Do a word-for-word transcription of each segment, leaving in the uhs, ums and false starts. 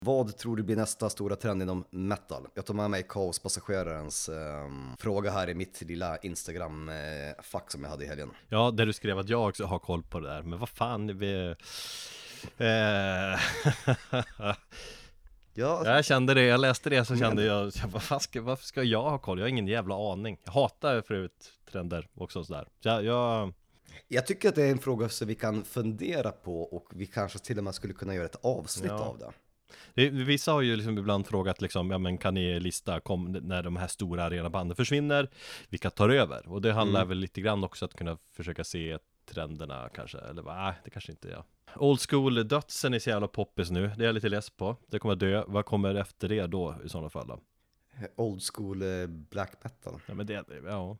Vad tror du blir nästa stora trend inom metal? Jag tar med mig kaospassagerarens eh, fråga här i mitt lilla Instagram-fack eh, som jag hade i helgen. Ja, där du skrev att jag också har koll på det där. Men vad fan, vi... Eh... Ja, jag kände det, jag läste det så kände jag, vad fan ska, varför ska jag ha koll? Jag har ingen jävla aning. Jag hatar förut trender också sådär. Jag, jag... jag tycker att det är en fråga som vi kan fundera på och vi kanske till och med skulle kunna göra ett avsnitt Ja. av det. Det, vissa har ju liksom ibland frågat liksom, ja men kan ni lista kom, när de här stora arenabanden försvinner, vilka tar över? Och det handlar mm. väl lite grann också att kunna försöka se trenderna kanske, eller nej, det kanske inte är. Ja. Old school dödsen är så jävla poppis nu, det är jag lite less på. Det kommer dö, vad kommer efter det då i sådana fall då? Old school black metal. Ja men det, ja.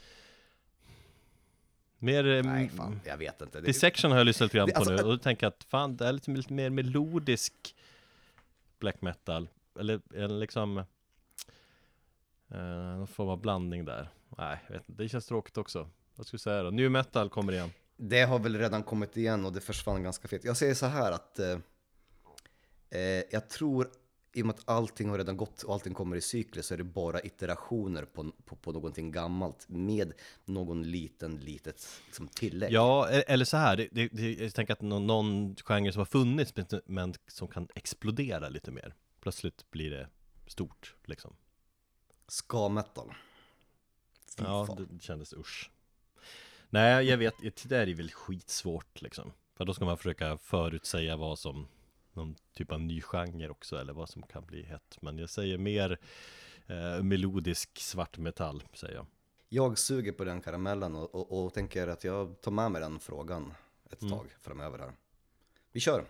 Mer, nej fan, jag vet inte. Dissection har jag lyssnat lite grann på alltså, nu och då tänker jag att fan, det är lite, lite mer melodisk black metal, eller, eller liksom eh, någon form av blandning där. Nej, jag vet inte, det känns tråkigt också. Vad ska jag säga då? New metal kommer igen. Det har väl redan kommit igen och det försvann ganska fett. Jag säger så här att eh, eh, jag tror i och med att allting har redan gått och allting kommer i cykler så är det bara iterationer på, på, på någonting gammalt med någon liten litet liksom, tillägg. Ja, eller så här, det, det, det, jag tänker att någon, någon genre som har funnits men som kan explodera lite mer. Plötsligt blir det stort liksom. Ska metal. Fy ja, fan. Det kändes usch. Nej, jag vet, det där är väl skitsvårt liksom. För då ska man försöka förutsäga vad som någon typ av ny genre också, eller vad som kan bli hett. Men jag säger mer eh, melodisk svart metall, säger jag. Jag suger på den karamellen och, och, och tänker att jag tar med mig den frågan ett mm. tag framöver här. Vi kör!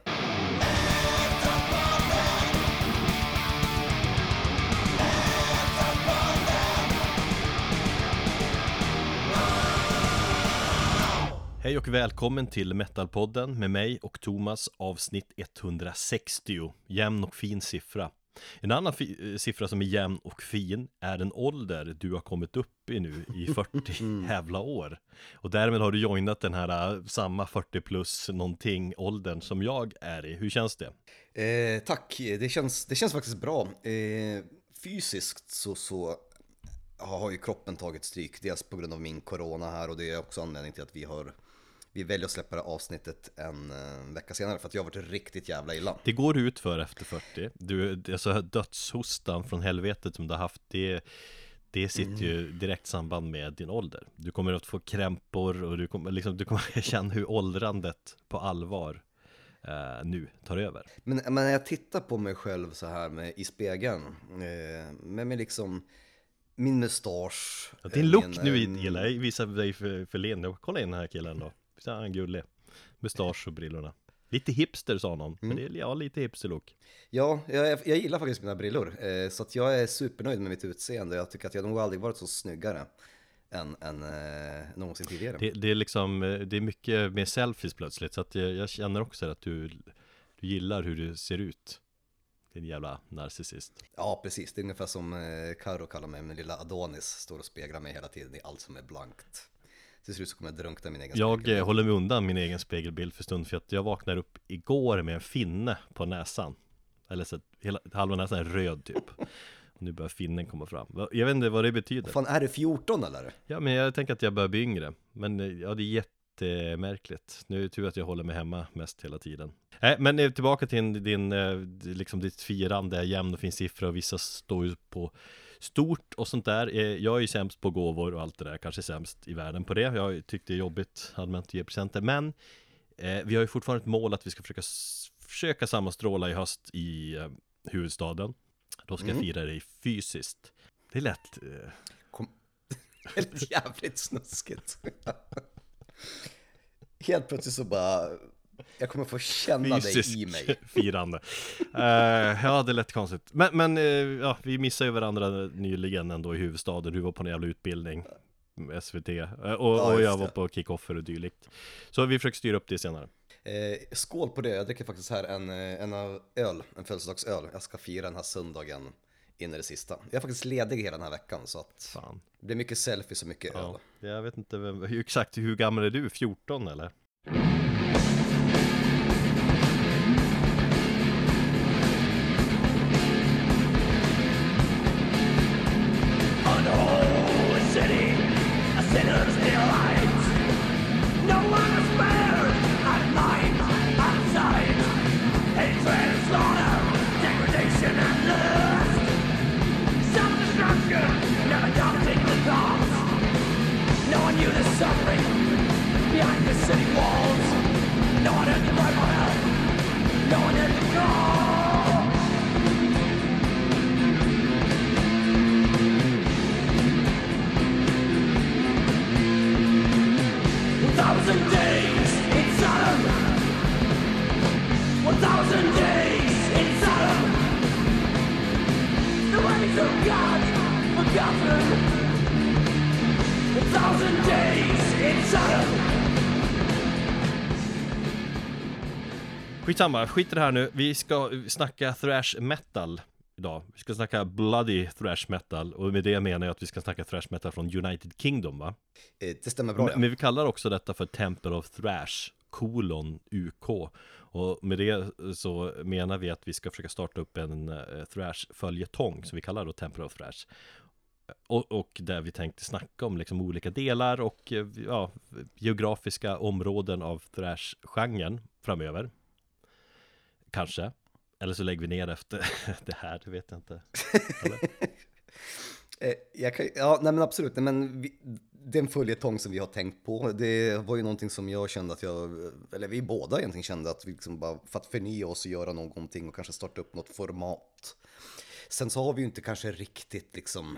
Hej och välkommen till Metalpodden med mig och Thomas, avsnitt etthundrasextio. Jämn och fin siffra. En annan fi- siffra som är jämn och fin är den ålder du har kommit upp i nu i fyrtio jävla år. Och därmed har du joinat den här uh, samma fyrtio plus någonting åldern som jag är i. Hur känns det? Eh, tack, det känns, det känns faktiskt bra. Eh, fysiskt så, så har ju kroppen tagit stryk. Dels på grund av min corona här och det är också anledning till att vi har Vi väljer att släppa det avsnittet en uh, vecka senare för att jag har varit riktigt jävla illa. Det går ut för efter fyrtio. Du, alltså dödshostan från helvetet som du har haft, det, det sitter mm. ju direkt samband med din ålder. Du kommer att få krämpor och du kommer, liksom, du kommer att känna hur åldrandet på allvar uh, nu tar över. Men, men när jag tittar på mig själv så här med, i spegeln, eh, med, med liksom min mustasch. Ja, din look min, nu gillar jag. Visar dig för, för Lena. Kolla in den här killen då. Så är han gullig. Mustasch och brillorna. Lite hipster sa någon. Mm. Men det är ja, lite hipster-look. Ja, jag, jag gillar faktiskt mina brillor. Eh, så att jag är supernöjd med mitt utseende. Jag tycker att jag nog aldrig varit så snyggare än, än eh, någonsin tidigare. Det, det är liksom, det är mycket mer selfies plötsligt. Så att jag, jag känner också att du, du gillar hur du ser ut. Det är en jävla narcissist. Ja, precis. Det är ungefär som eh, Karo kallar mig. Min lilla Adonis står och speglar mig hela tiden i allt som är blankt. Till slut så kommer jag drunkna min egen Jag spegelbild. håller mig undan min egen spegelbild för stund. För att jag vaknar upp igår med en finne på näsan. Eller så att hela, halva näsan är röd typ. Och nu börjar finnen komma fram. Jag vet inte vad det betyder. Fan, är du fjorton eller? Ja, men jag tänker att jag börjar bli yngre. Men ja, det är jättemärkligt. Nu är det tur att jag håller mig hemma mest hela tiden. Nej, men tillbaka till din, liksom ditt firande, jämn och fin siffra. Och vissa står ju på stort och sånt där. Jag är ju sämst på gåvor och allt det där. Kanske sämst i världen på det. Jag tyckte det är jobbigt allmänt att ge presenter. Men eh, vi har ju fortfarande ett mål att vi ska försöka, försöka sammanstråla i höst i eh, huvudstaden. Då ska mm. jag fira det fysiskt. Det är lätt. Eh... Kom... Helt jävligt snuskigt. Helt plötsligt så bara... Jag kommer få känna Fysisk dig i mig. Firande. uh, Ja, det är lätt konstigt. Men, men uh, ja, vi missade ju varandra nyligen ändå i huvudstaden. Du var på en jävla utbildning S V T uh, och, ja, och jag var på kickoffer och dylikt. Så vi försöker styra upp det senare. eh, Skål på det. Jag dricker faktiskt här en, en öl, en födelsedagsöl. Jag ska fira den här söndagen in i det sista. Jag är faktiskt ledig hela den här veckan. Så att Fan. det blir mycket selfies och mycket ja, öl. Jag vet inte vem, hur, exakt hur gammal är du? fjorton eller? forgotten. A thousand days in shadow. Skitsamma, skit i det här nu. Vi ska snacka thrash metal idag. Vi ska snacka bloody thrash metal. Och med det menar jag att vi ska snacka thrash metal från United Kingdom, va? Eh, Det stämmer bra, Men, ja. men vi kallar också detta för Temple of Thrash kolon U K. Och med det så menar vi att vi ska försöka starta upp en uh, thrash följetong som vi kallar då Temple of Thrash. Och, och där vi tänkte snacka om liksom olika delar och uh, ja, geografiska områden av thrash-genren framöver. Kanske. Eller så lägger vi ner efter det här, det vet jag inte. Eller? Eh, Jag kan, ja, nej men absolut. Nej, men vi, den följetong som vi har tänkt på, det var ju någonting som jag kände att jag, eller vi båda egentligen kände att vi liksom bara, för att förnya oss och göra någonting och kanske starta upp något format. Sen så har vi ju inte kanske riktigt liksom,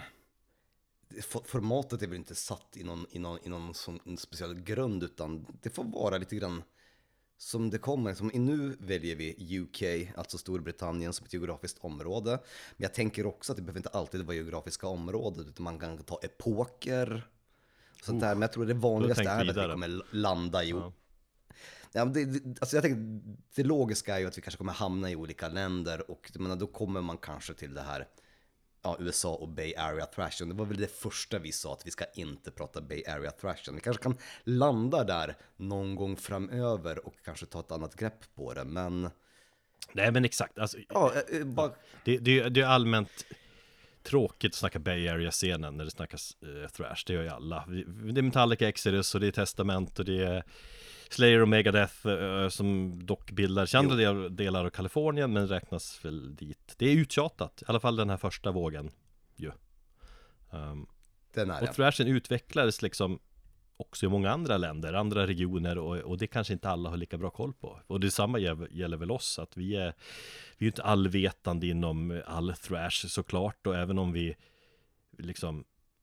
formatet är väl inte satt i någon, i någon, i någon sån, en speciell grund, utan det får vara lite grann som det kommer. Som nu väljer vi U K, alltså Storbritannien, som ett geografiskt område. Men jag tänker också att det behöver inte alltid vara geografiska områden, utan man kan ta epoker. Sånt där. Men jag tror det vanligaste är att vi kommer landa i... Ja. Ja, det, det, alltså jag tänker, det logiska är ju att vi kanske kommer hamna i olika länder, och jag menar, då kommer man kanske till det här, ja, U S A och Bay Area Thrashen. Det var väl det första vi sa, att vi ska inte prata Bay Area Thrashen. Vi kanske kan landa där någon gång framöver och kanske ta ett annat grepp på det, men... Nej, men exakt. Alltså, ja, bara... det, det, det är allmänt tråkigt att snacka Bay Area-scenen när det snackas uh, thrash. Det gör ju alla. Det är Metallica, Exodus och det är Testament och det är Slayer och Megadeth uh, som dock bildar kända del, delar av Kalifornien, men räknas väl dit. Det är uttjatat, i alla fall den här första vågen ju. Um, den är och thrashen utvecklades liksom också i många andra länder, andra regioner, och, och det kanske inte alla har lika bra koll på. Och detsamma gäller väl oss, att vi är vi är inte allvetande inom all thrash såklart, och även om vi liksom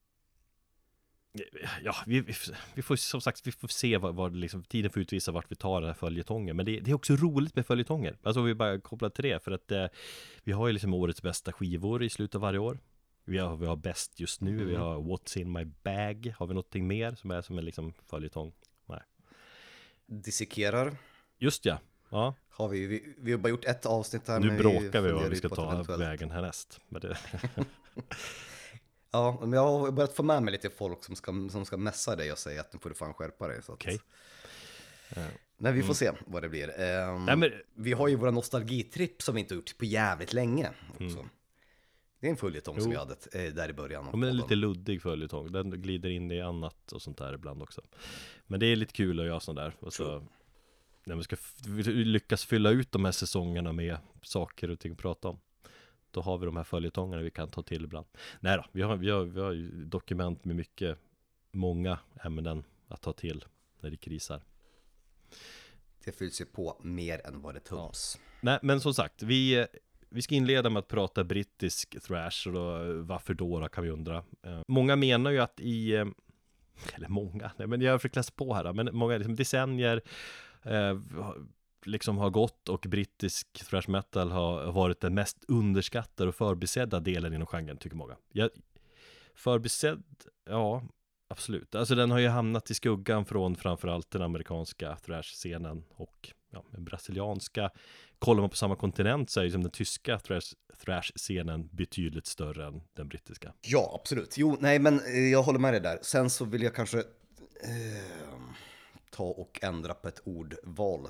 ja, vi, vi, vi får som sagt, vi får se vad, vad liksom, tiden får utvisa vart vi tar den här följetongen. Men det, det är också roligt med följetonger. Alltså vi bara kopplar till det, för att eh, vi har ju liksom årets bästa skivor i slutet av varje år. Vi har, vi har bäst just nu, mm. vi har What's in my bag. Har vi någonting mer som är som en liksom följetong? Nej. Dissekerar. Just ja, ja. Har vi, vi, vi har bara gjort ett avsnitt här. Nu bråkar vi vad vi ska ta eventuellt vägen härnäst. Men det... Ja, men jag har börjat få med mig lite folk som ska, som ska mässa dig och säga att nu får du fan skärpa dig. Okej. Okay. Men vi får mm. se vad det blir. Um, Nej, men... Vi har ju våra nostalgitripp som vi inte har gjort på jävligt länge. Mm. Det är en följetong som vi hade eh, där i början. Ja, men en lite luddig följetong. Den glider in i annat och sånt där ibland också. Men det är lite kul att göra sånt där. Och så, när vi ska f- lyckas fylla ut de här säsongerna med saker och ting att prata om, då har vi de här följetongerna vi kan ta till ibland. Nej då, vi har, vi har, vi har ju dokument med mycket, många ämnen att ta till när det krisar. Det fylls ju på mer än vad det tums. Ja. Nej, men som sagt, vi, vi ska inleda med att prata brittisk thrash, och då, varför då, då kan vi undra. Många menar ju att i, eller många, nej, men jag försöker läsa på här, men många liksom decennier eh, liksom har gått, och brittisk thrash metal har varit den mest underskattade och förbisedda delen inom genren, tycker många. Jag, förbisedd, ja, absolut. Alltså den har ju hamnat i skuggan från framförallt den amerikanska thrash-scenen och ja, den brasilianska. Kollar man på samma kontinent så är ju som den tyska thrash, thrash-scenen betydligt större än den brittiska. Ja, absolut. Jo, nej, men jag håller med dig där. Sen så vill jag kanske eh, ta och ändra på ett ordval.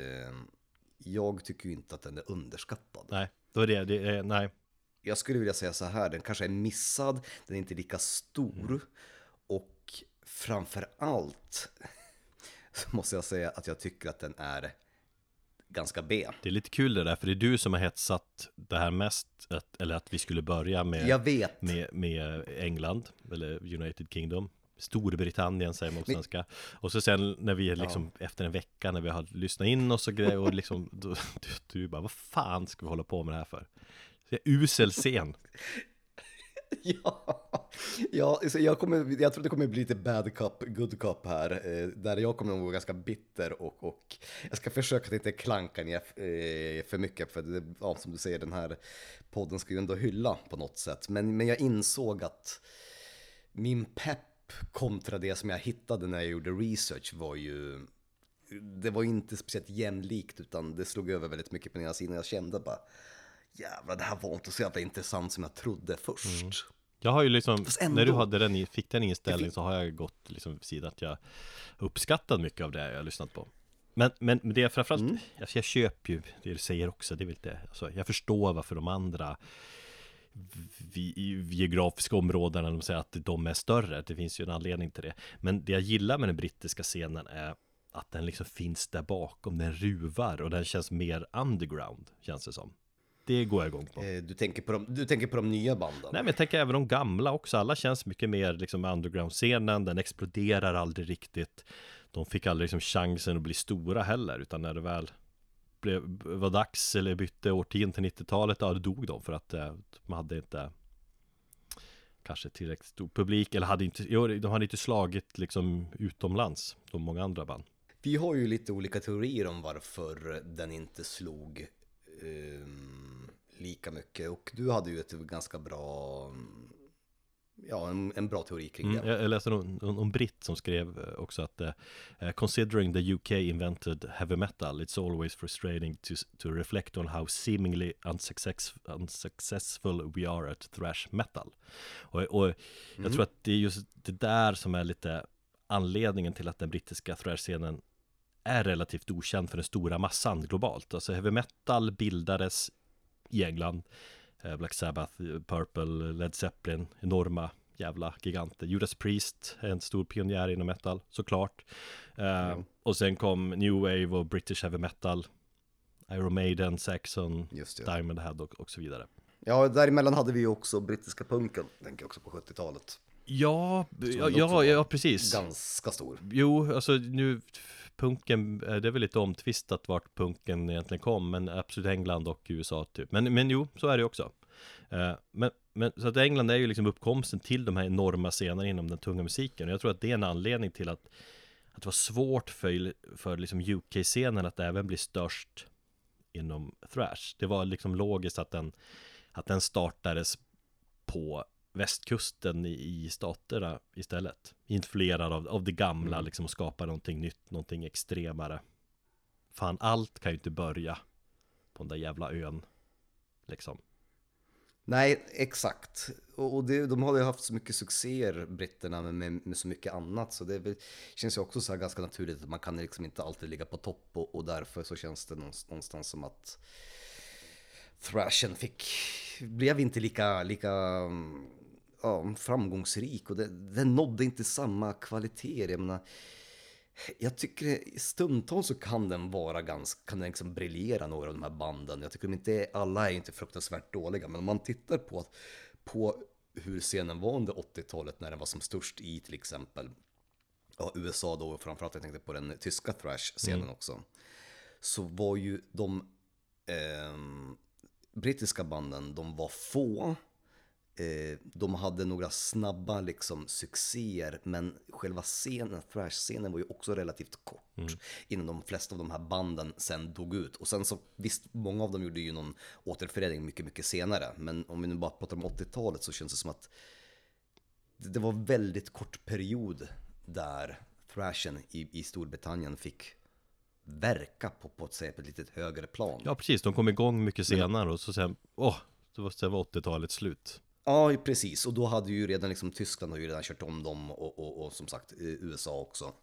Jag tycker ju inte att den är underskattad. Nej, då är det, det är, nej. Jag skulle vilja säga så här, den kanske är missad, den är inte lika stor, mm. och framför allt så måste jag säga att jag tycker att den är ganska B. Det är lite kul det där, för det är du som har hetsat det här mest, att, eller att vi skulle börja med, jag vet. med, med England, eller United Kingdom. Storbritannien säger man på svenska. Och så sen när vi liksom ja. efter en vecka när vi har lyssnat in oss och grejer, och liksom då, du, du bara, vad fan ska vi hålla på med det här för? Det är usel scen. Ja, ja så jag, kommer, jag tror det kommer bli lite bad cup, good cup här. Eh, där jag kommer att vara ganska bitter och, och jag ska försöka att inte klanka ner eh, för mycket. För det, ja, som du säger, den här podden ska ju ändå hylla på något sätt. Men, men jag insåg att min pepp kontra det som jag hittade när jag gjorde research var ju... Det var inte speciellt jämlikt, utan det slog över väldigt mycket på den ena sidan. Jag kände bara, jävlar, det här var inte så jävla intressant som jag trodde först. Mm. Jag har ju liksom, ändå, när du hade den, fick den inställning så har jag gått liksom vid sidan att jag uppskattat mycket av det jag har lyssnat på. Men, men det är framförallt, mm. alltså jag köper ju det du säger också, det är väl det. Alltså, jag förstår varför de andra vi, i geografiska områdena, de säger att de är större. Det finns ju en anledning till det. Men det jag gillar med den brittiska scenen är att den liksom finns där bakom, den ruvar och den känns mer underground, känns det som. Det går jag igång på. Du tänker på de, du tänker på de nya banden? Nej, men jag tänker även de gamla också. Alla känns mycket mer liksom underground-scenen. Den exploderar aldrig riktigt. De fick aldrig liksom chansen att bli stora heller. Utan när det väl blev, var dags eller bytte årtionde till nittiotalet, ja, då dog de för att eh, de hade inte kanske tillräckligt stor publik. Eller hade inte, jo, de hade inte slagit liksom utomlands som många andra band. Vi har ju lite olika teorier om varför den inte slog um, lika mycket. Och du hade ju ett ganska bra, ja, en, en bra teori kring mm, det. Jag läste om, om, om Britt som skrev också att uh, considering the U K invented heavy metal, it's always frustrating to, to reflect on how seemingly unsuccess, unsuccessful we are at thrash metal. Och, och mm. jag tror att det är just det där som är lite anledningen till att den brittiska thrash-scenen är relativt okänd för den stora massan globalt. Alltså heavy metal bildades i England, Black Sabbath, Purple, Led Zeppelin, enorma jävla giganter. Judas Priest är en stor pionjär inom metal, såklart. Mm. Uh, och sen kom New Wave och British heavy metal, Iron Maiden, Saxon, Diamond Head och, och så vidare. Ja, däremellan hade vi ju också brittiska punken, tänker jag också på sjuttiotalet. Ja, ja, ja, ja, precis. Ganska stor. Jo, alltså nu punken, det är väl lite omtvistat vart punken egentligen kom, men absolut England och U S A typ. Men, men jo, så är det också. Uh, men, men så att England är ju liksom uppkomsten till de här enorma scenerna inom den tunga musiken. Och jag tror att det är en anledning till att, att det var svårt för, för liksom U K-scenen att även bli störst inom thrash. Det var liksom logiskt att den, att den startades på västkusten i, i staterna istället. Influerad av, av det gamla mm. liksom, och skapa någonting nytt, någonting extremare. Fan, allt kan ju inte börja på den där jävla ön liksom. Nej, exakt. Och det, de har ju haft så mycket succéer, britterna, med, med, med så mycket annat. Så det väl, känns ju också så här ganska naturligt att man kan liksom inte alltid ligga på topp. Och, och därför så känns det någonstans som att thrashen fick, blev inte lika, lika ja, framgångsrik. Och det, det nådde inte samma kvaliteter. Jag menar, jag tycker stundtals så kan den vara ganska, kan den liksom briljera, några av de här banden. Jag tycker de inte, alla är inte fruktansvärt dåliga, men om man tittar på, på hur scenen var under åttiotalet när den var som störst i till exempel ja, U S A då, framförallt jag tänkte på den tyska thrash-scenen mm. också, så var ju de eh, brittiska banden, de var få. De hade några snabba liksom succéer, men själva scenen, thrash-scenen var ju också relativt kort mm. innan de flesta av de här banden sen dog ut. Och sen så visst, många av dem gjorde ju någon återförening mycket, mycket senare. Men om vi nu bara pratar om åttiotalet så känns det som att det var väldigt kort period där thrashen i, i Storbritannien fick verka på, på ett, säga, på ett lite högre plan. Ja, precis. De kom igång mycket senare och så sen, åh, det var, sen var åttiotalet slut. Ja, precis. Och då hade ju redan liksom Tyskland har ju redan kört om dem och, och, och som sagt U S A också.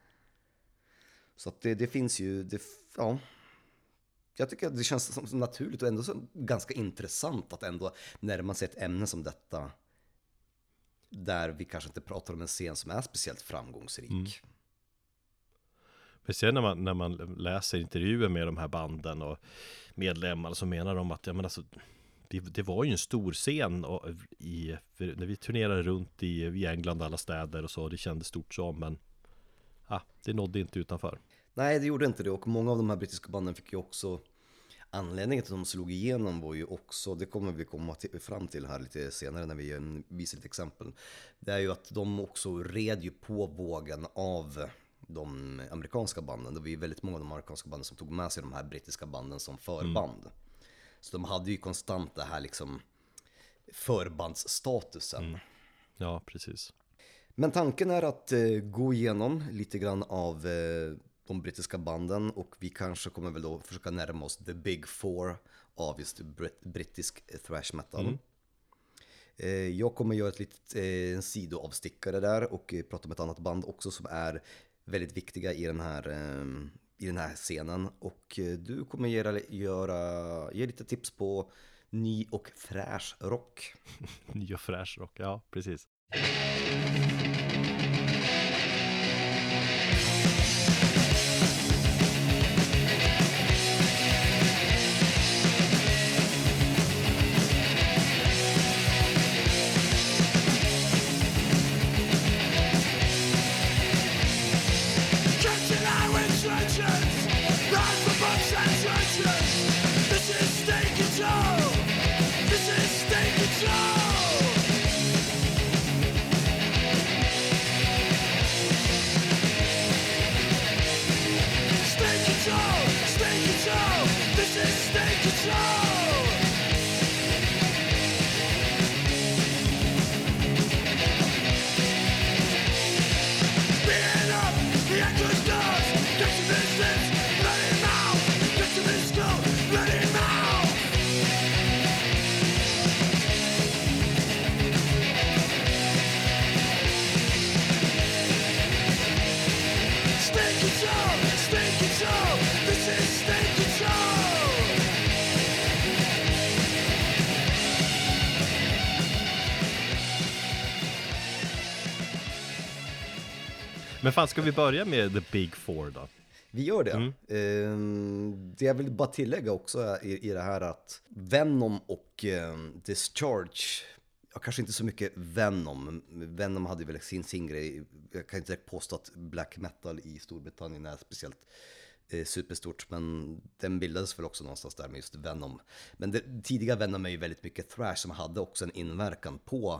Så att det, det finns ju, det, ja. Jag tycker att det känns som, som naturligt och ändå så ganska intressant att ändå närma sig ett ämne som detta. Där vi kanske inte pratar om en scen som är speciellt framgångsrik. Mm. Men sen när man, när man läser intervjuer med de här banden och medlemmar så menar de att, ja men alltså, det, det var ju en stor scen och i, när vi turnerade runt i, i England, alla städer och så, det kändes stort som, men ah, det nådde inte utanför. Nej, det gjorde inte det, och många av de här brittiska banden fick ju också anledningen till att de slog igenom var ju också, det kommer vi komma till, fram till här lite senare när vi visar ett exempel. Det är ju att de också red ju på vågen av de amerikanska banden. Det var ju väldigt många av de amerikanska banden som tog med sig de här brittiska banden som förband. Mm. Så de hade ju konstant det här liksom förbandsstatusen. Mm. Ja, precis. Men tanken är att eh, gå igenom lite grann av eh, de brittiska banden, och vi kanske kommer väl då försöka närma oss the big four av just brit- brittisk thrash metal. Mm. Eh, jag kommer göra ett litet eh, en sidoavstickare där och eh, prata om ett annat band också som är väldigt viktiga i den här, eh, i den här scenen, och eh, du kommer göra, göra, ge lite tips på ny och fräsch rock. Ny och fräsch rock, ja precis. Men fan, ska vi börja med The Big Four då? Vi gör det. Mm. Eh, det jag vill bara tillägga också är i, i det här att Venom och eh, Discharge, ja, kanske inte så mycket Venom. Venom hade väl sin, sin grej. Jag kan inte påstå att black metal i Storbritannien är speciellt eh, superstort, men den bildades väl också någonstans där med just Venom. Men det, tidiga Venom är ju väldigt mycket thrash som hade också en inverkan på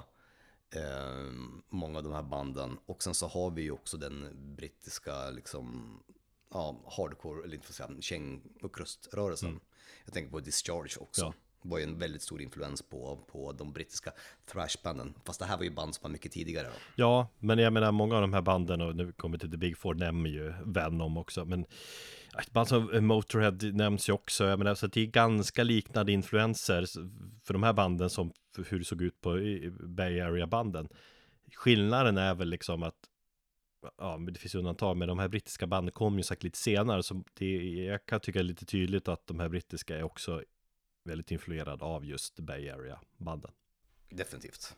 Eh, många av de här banden, och sen så har vi ju också den brittiska liksom, ja, hardcore, eller inte för att säga, käng- och kröströrelsen. Mm. Jag tänker på Discharge också. Ja. Det var ju en väldigt stor influens på, på de brittiska thrashbanden, fast det här var ju band som var mycket tidigare då. Ja, men jag menar många av de här banden, och när vi kommer till The Big Four nämner ju Venom också, men ett band som Motorhead nämns ju också. Jag menar, så det är ganska liknande influenser för de här banden som hur det såg ut på Bay Area-banden. Skillnaden är väl liksom att, ja, men det finns undantag, men de här brittiska banden kom ju sagt lite senare, så det, jag kan tycka lite tydligt att de här brittiska är också väldigt influerad av just Bay Area-banden. Definitivt.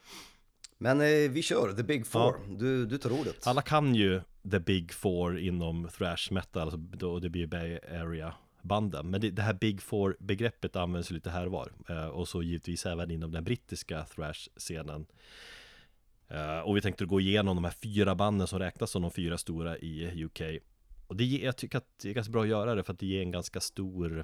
Men eh, vi kör The Big Four. Ja. Du, du tar ordet. Alla kan ju The Big Four inom thrash metal, alltså, då det blir Bay Area-banden. Men det, det här Big Four-begreppet används lite här och var. Eh, och så givetvis även inom den brittiska thrash-scenen. Eh, och vi tänkte gå igenom de här fyra banden som räknas som de fyra stora i U K. Och det, jag tycker att det är ganska bra att göra det, för att det ger en ganska stor,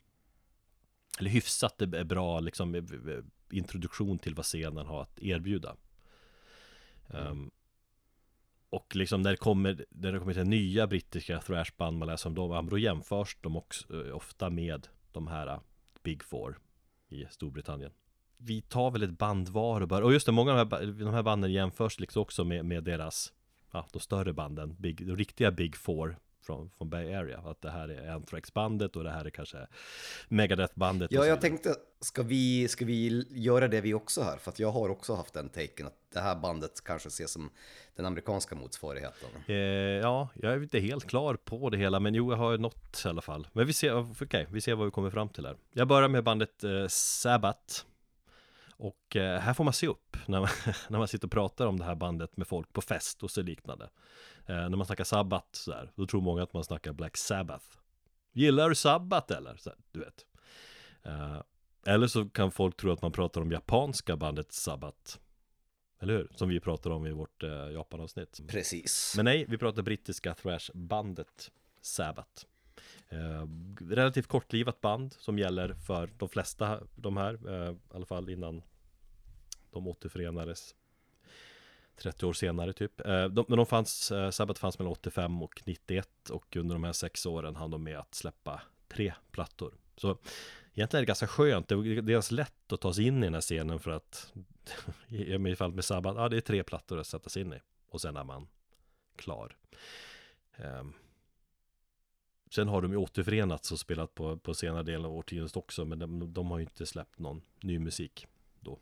eller hyfsat det är bra liksom, introduktion till vad scenen har att erbjuda. Mm. Um, och liksom när det kommer, när det kommer till nya brittiska thrashband, man läser om dem, då jämförs de också ofta med de här Big Four i Storbritannien. Vi tar väl ett band var och bara, och just det, många av de här, de här banden jämförs liksom också med, med deras, ja, de större banden, big, de riktiga Big Four från, från Bay Area, att det här är Anthrax-bandet och det här är kanske Megadeth-bandet. Ja, jag tänkte, ska vi, ska vi göra det vi också här? För att jag har också haft den taken att det här bandet kanske ses som den amerikanska motsvarigheten. Eh, ja, jag är inte helt klar på det hela, men jo, jag har något i alla fall. Men vi ser, okej, okay, vi ser vad vi kommer fram till här. Jag börjar med bandet eh, Sabbath. Och eh, här får man se upp när man, när man sitter och pratar om det här bandet med folk på fest och så liknande. Eh, när man snackar Sabbath så här, då tror många att man snackar Black Sabbath. Gillar du Sabbath eller? Så här, du vet. Eh, eller så kan folk tro att man pratar om japanska bandet Sabbath. Eller hur? Som vi pratar om i vårt eh, Japan-avsnitt. Precis. Men nej, vi pratar brittiska thrash-bandet Sabbath. Eh, relativt kortlivat band som gäller för de flesta de här, eh, i alla fall innan de återförenades trettio år senare typ. Eh, de, men de fanns, eh, Sabbath fanns mellan åttiofem och nittioett, och under de här sex åren hann de med att släppa tre plattor. Så egentligen är det ganska skönt, det är ganska lätt att ta sig in i den här scenen, för att i fall med Sabbath, ja det är tre plattor att sätta sig in i, och sen är man klar. Eh, Sen har de ju återförenats och spelat på, på senare delen av årtiondet också, men de, de har ju inte släppt någon ny musik då.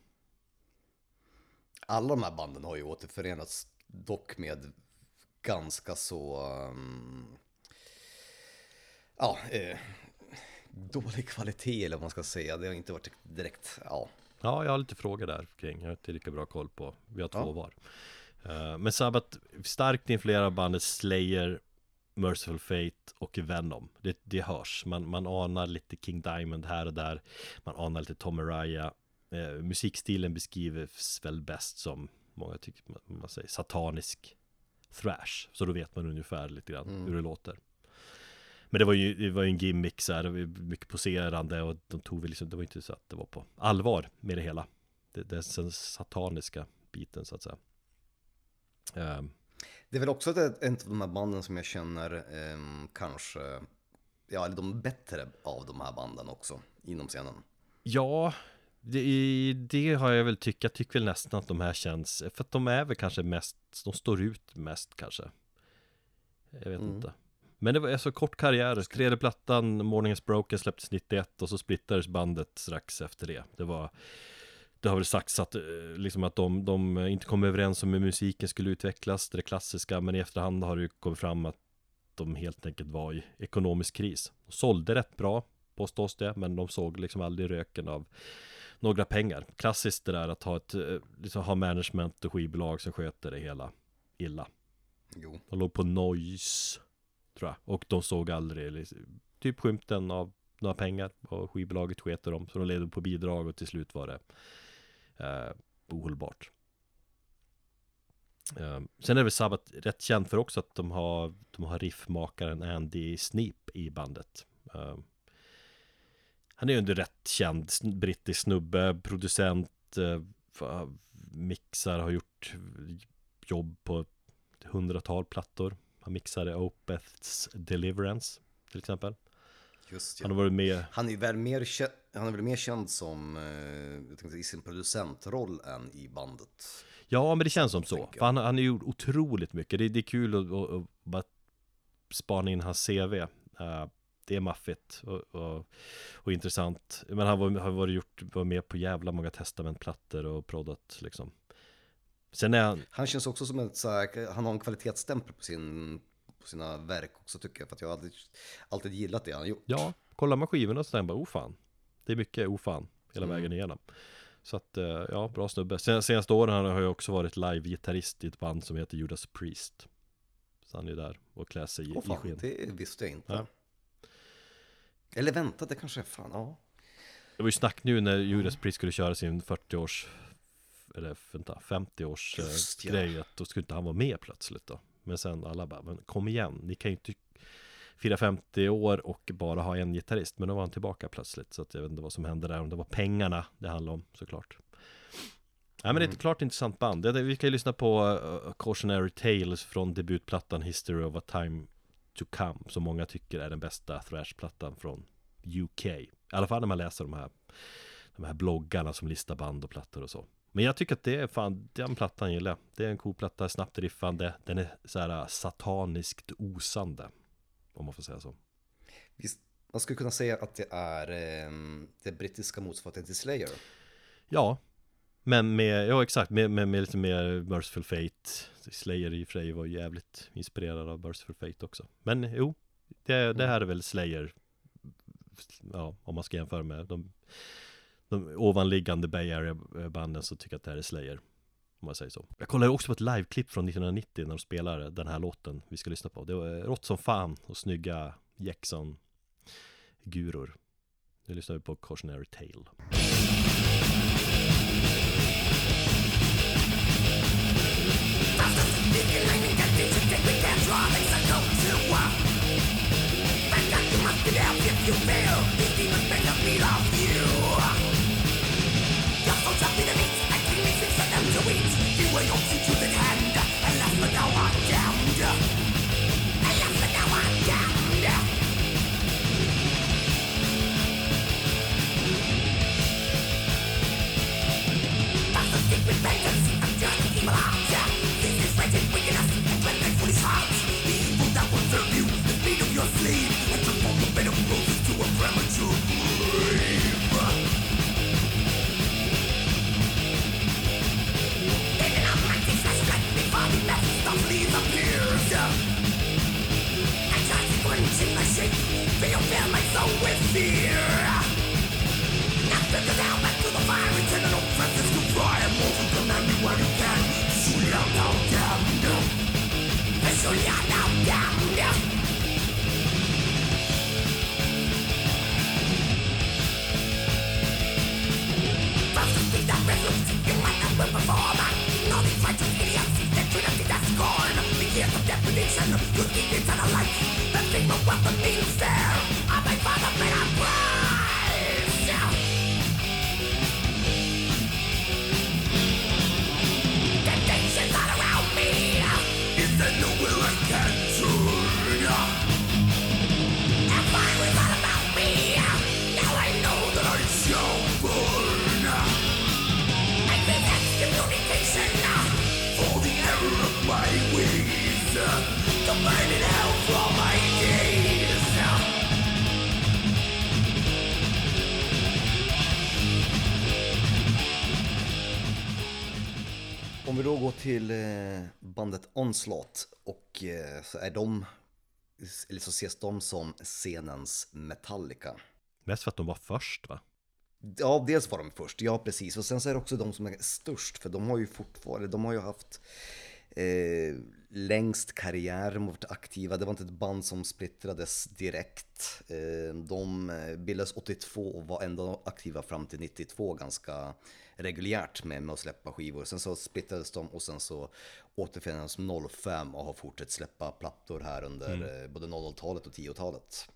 Alla de här banden har ju återförenats, dock med ganska så um, ja, eh, dålig kvalitet, eller vad man ska säga. Det har inte varit direkt, ja. Ja, jag har lite frågor där kring. Jag har inte lika bra koll på. Vi har två Ja. var. Uh, men Sabbath starkt influerar bandet Slayer, Merciful Fate och Venom. Det, det hörs. Man, man anar lite King Diamond här och där. Man anar lite Tom Araya. Eh, musikstilen beskrivs väl bäst som, många tycker man, man säger, satanisk thrash. Så då vet man ungefär lite grann Mm. hur det låter. Men det var ju, det var ju en gimmick så här, det var mycket poserande, och de tog väl liksom, det var inte så att det var på allvar med det hela. Det, det är den sataniska biten så att säga. Um, Det är väl också ett, ett av de här banden som jag känner eh, kanske, ja, eller de bättre av de här banden också inom scenen. Ja, det, det har jag väl tyckt. Jag tycker väl nästan att de här känns, för att de är väl kanske mest, de står ut mest kanske. Jag vet Mm. inte. Men det var så kort karriär. Tredje plattan, Morning Is Broken, släpptes nittioett, och så splittades bandet strax efter det. Det var, det har väl sagts att, liksom att de, de inte kom överens om hur musiken skulle utvecklas, det klassiska, men i efterhand har det ju kommit fram att de helt enkelt var i ekonomisk kris. De sålde rätt bra, påstås det, men de såg liksom aldrig röken av några pengar. Klassiskt det där att ha ett, liksom ha management och skivbolag som sköter det hela illa. Jo. De låg på noise, tror jag, och de såg aldrig liksom, typ skymten av några pengar, och skivbolaget sköter dem, så de levde på bidrag, och till slut var det eh, ohållbart. Eh, sen är det väl Sabbath rätt känd för också att de har, de har riffmakaren Andy Sneap i bandet. Eh, han är ju en rätt känd brittisk snubbe, producent, eh, mixar, har gjort jobb på hundratal plattor. Han mixade Opeths Deliverance till exempel. Just, ja. Han har varit med. Han är väl mer känd, han är väl mer känd som eh, jag tänkte, i sin producentroll än i bandet. Ja, men det känns som så. Tänker För han, han har gjort otroligt mycket. Det, det är kul att, att, att bara spana in hans C V. Uh, det är maffigt och, och, och intressant. Men han var, har varit gjort, var med på jävla många testamentplattor och proddat liksom. Sen är han... Han känns också som en så här, han har en kvalitetsstämpel på, sin, på sina verk också, tycker jag. För att jag har alltid, alltid gillat det han har gjort. Ja, kollar man skivorna så tänker man bara, oh fan. Det är mycket oh fan hela Mm. vägen igenom. Så att, ja, bra snubbe. Sen, senaste åren har jag också varit live-gitarrist i ett band som heter Judas Priest. Så han är där och klär sig i, Åh i fan, skinn. det visste jag inte. Ja. Eller vänta, det kanske är fan, ja. Det var ju snack nu när Judas Priest skulle köra sin fyrtio-års eller vänta, femtio-års Just, eh, ja. grej, att då skulle inte han vara med plötsligt då. Men sen alla bara, men kom igen, ni kan ju inte fira femtio år och bara ha en gitarrist. Men då var han tillbaka plötsligt, så att jag vet inte vad som hände där, om det var pengarna det handlade om såklart. Nej, men det är ett klart intressant band. Det, vi kan ju lyssna på uh, Cautionary Tales från debutplattan History of a Time to Come, som många tycker är den bästa thrashplattan från U K. I alla fall när man läser de här de här bloggarna som listar band och plattor och så. Men jag tycker att det är fan, den plattan gillar jag. Det är en cool platta, snabbt riffande. Den är så här sataniskt osande, om man får säga så. Visst, man skulle kunna säga att det är eh, det brittiska motsvarigheten till Slayer. Ja, men med, ja exakt, med, med, med lite mer Merciful Fate. Slayer i och för sig var jävligt inspirerad av Merciful Fate också. Men jo, det, det här är väl Slayer, ja, om man ska jämföra med de, de ovanliggande Bay Area-banden, så tycker jag att det här är Slayer, om man säger så. Jag kollade också på ett liveklipp från nittonhundranittio när de spelade den här låten vi ska lyssna på. Det var rått som fan och snygga Jackson-guror. Nu lyssnar vi på Cautionary Tale. Thinking like we got this, you think we can't draw things I go to. Uh, back up to my you feel, these demons make a meat of you. You're so tough in the meat, and clean things for them to eat. You will not see truth in hand, and last but now are damned. And last but now are damned. That's the secret vengeance of journey evil heart. This is wretched wickedness, and cleansing foolish heart. The evil that will serve you, the speed of your sleep, and transform the bed of roses to a premature grave. In an almighty flash of light, before the message of leaves appears, and tries to quench in my shape, feel fill my soul with fear. After the down back to the fire, return an old Francisco Fry, and more to command me while you can. Surely I'm now damned. Surely I'm now damned. First to speak that resolute, you might not will perform. All these righteous idiots, they treat us with that scorn. The years of depredation, you keep eternal life. The thing of what the means there, of my father paid a price. Temptations all around me. Is there nowhere I can turn? And fire is all about me. Now I know that I shall burn. I give excommunication for the error of my ways. To burn in hell for all my days. Om vi då går till eh, bandet Onslaught, och eh, så är de, eller så ses de som scenens Metallica. Mest för att de var först, va? Ja, dels var de först, ja precis. Och sen så är det också de som är störst, för de har ju fortfarande, de har ju haft eh, längst karriär, de har varit aktiva. Det var inte ett band som splittrades direkt. Eh, de bildades åttiotvå och var ändå aktiva fram till nittiotvå ganska reguljärt med, med att släppa skivor. Sen så splittrades de och sen så återförenades de noll fem och har fortsatt släppa plattor här under mm. eh, både noll noll-talet och tio-talet.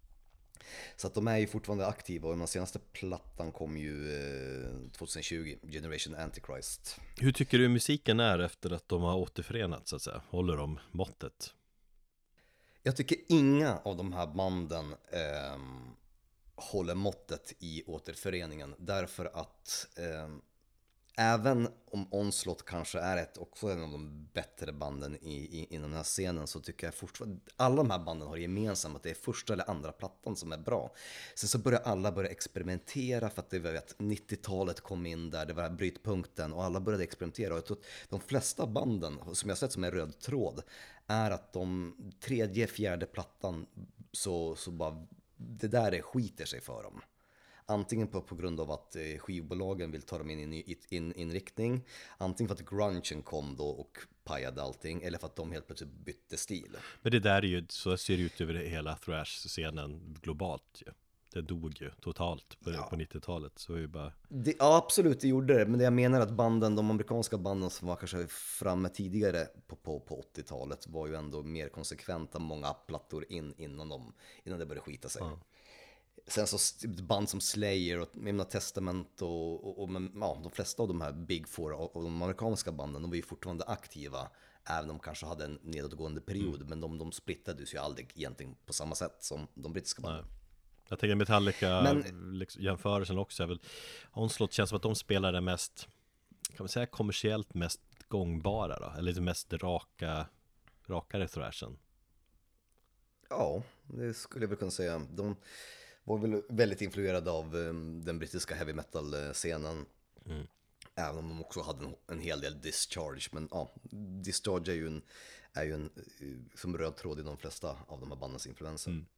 Så att de är ju fortfarande aktiva, och den senaste plattan kom ju eh, tjugo tjugo, Generation Antichrist. Hur tycker du musiken är efter att de har återförenats, så att säga? Håller de måttet? Jag tycker inga av de här banden eh, håller måttet i återföreningen, därför att eh, även om Onslaught kanske är ett, också en av de bättre banden i, i, inom den här scenen, så tycker jag fortfarande alla de här banden har gemensamt att det är första eller andra plattan som är bra. Sen så börjar alla börja experimentera, för att det var att nittiotalet kom in där, det var brytpunkten och alla började experimentera. Och jag tror att de flesta banden som jag sett som en röd tråd är att de tredje, fjärde plattan så, så bara det där är skiter sig för dem. Antingen på, på grund av att eh, skivbolagen vill ta dem in i en ny in, inriktning, antingen för att grungen kom då och pajade allting, eller för att de helt plötsligt bytte stil. Men det där är ju, så ser det ut över hela thrash-scenen globalt ju. Det dog ju totalt på, ja. på nittiotalet, så är ju bara... Det, ja, absolut, det gjorde det, men det jag menar att banden, de amerikanska banden som var kanske framme tidigare på, på, på åttiotalet var ju ändå mer konsekventa, många plattor in innan, de, innan det började skita sig. Ja. Sen så band som Slayer och Menar Testament och, och, och ja, de flesta av de här Big Four och, och de amerikanska banden, de var ju fortfarande aktiva, även om de kanske hade en nedåtgående period, mm. men de, de splittades ju aldrig egentligen på samma sätt som de brittiska banden. Nej. Jag tänker Metallica, men, liksom, jämförelsen också är väl, Onslaught känns som att de spelar det mest, kan man säga, kommersiellt mest gångbara då, eller det mest raka, rakare thrashen. Ja, det skulle jag väl kunna säga. De var väl väldigt influerade av um, den brittiska heavy metal-scenen. Mm. Även om de också hade en, en hel del Discharge. Men ja, Discharge är ju en, är ju en som röd tråd i de flesta av de här bandens influenser. Mm.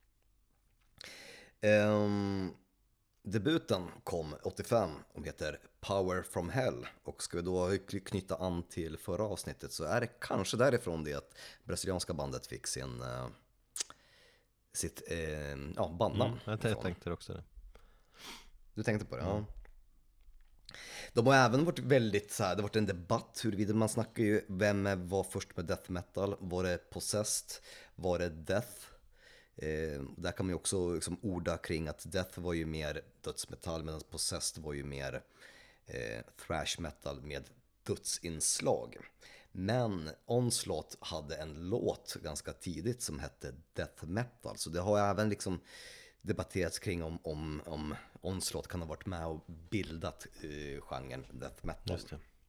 Um, debuten kom åttiofem och heter Power from Hell. Och ska vi då knyta an till förra avsnittet, så är det kanske därifrån det att brasilianska bandet fick sin... Uh, sitt eh, ja, bandnamn. Mm, jag tänkte också det. Du tänkte på det, mm. ja. De har även varit väldigt så här, det har varit en debatt huruvida, man snackar ju, vem var först med death metal? Var det Possessed? Var det Death? Eh, där kan man ju också liksom orda kring att Death var ju mer dödsmetall medan Possessed var ju mer eh, thrash metal med dödsinslag. Men Onslaught hade en låt ganska tidigt som hette Death Metal, så det har även liksom debatterats kring om, om, om Onslaught kan ha varit med och bildat eh, genren Death Metal. Just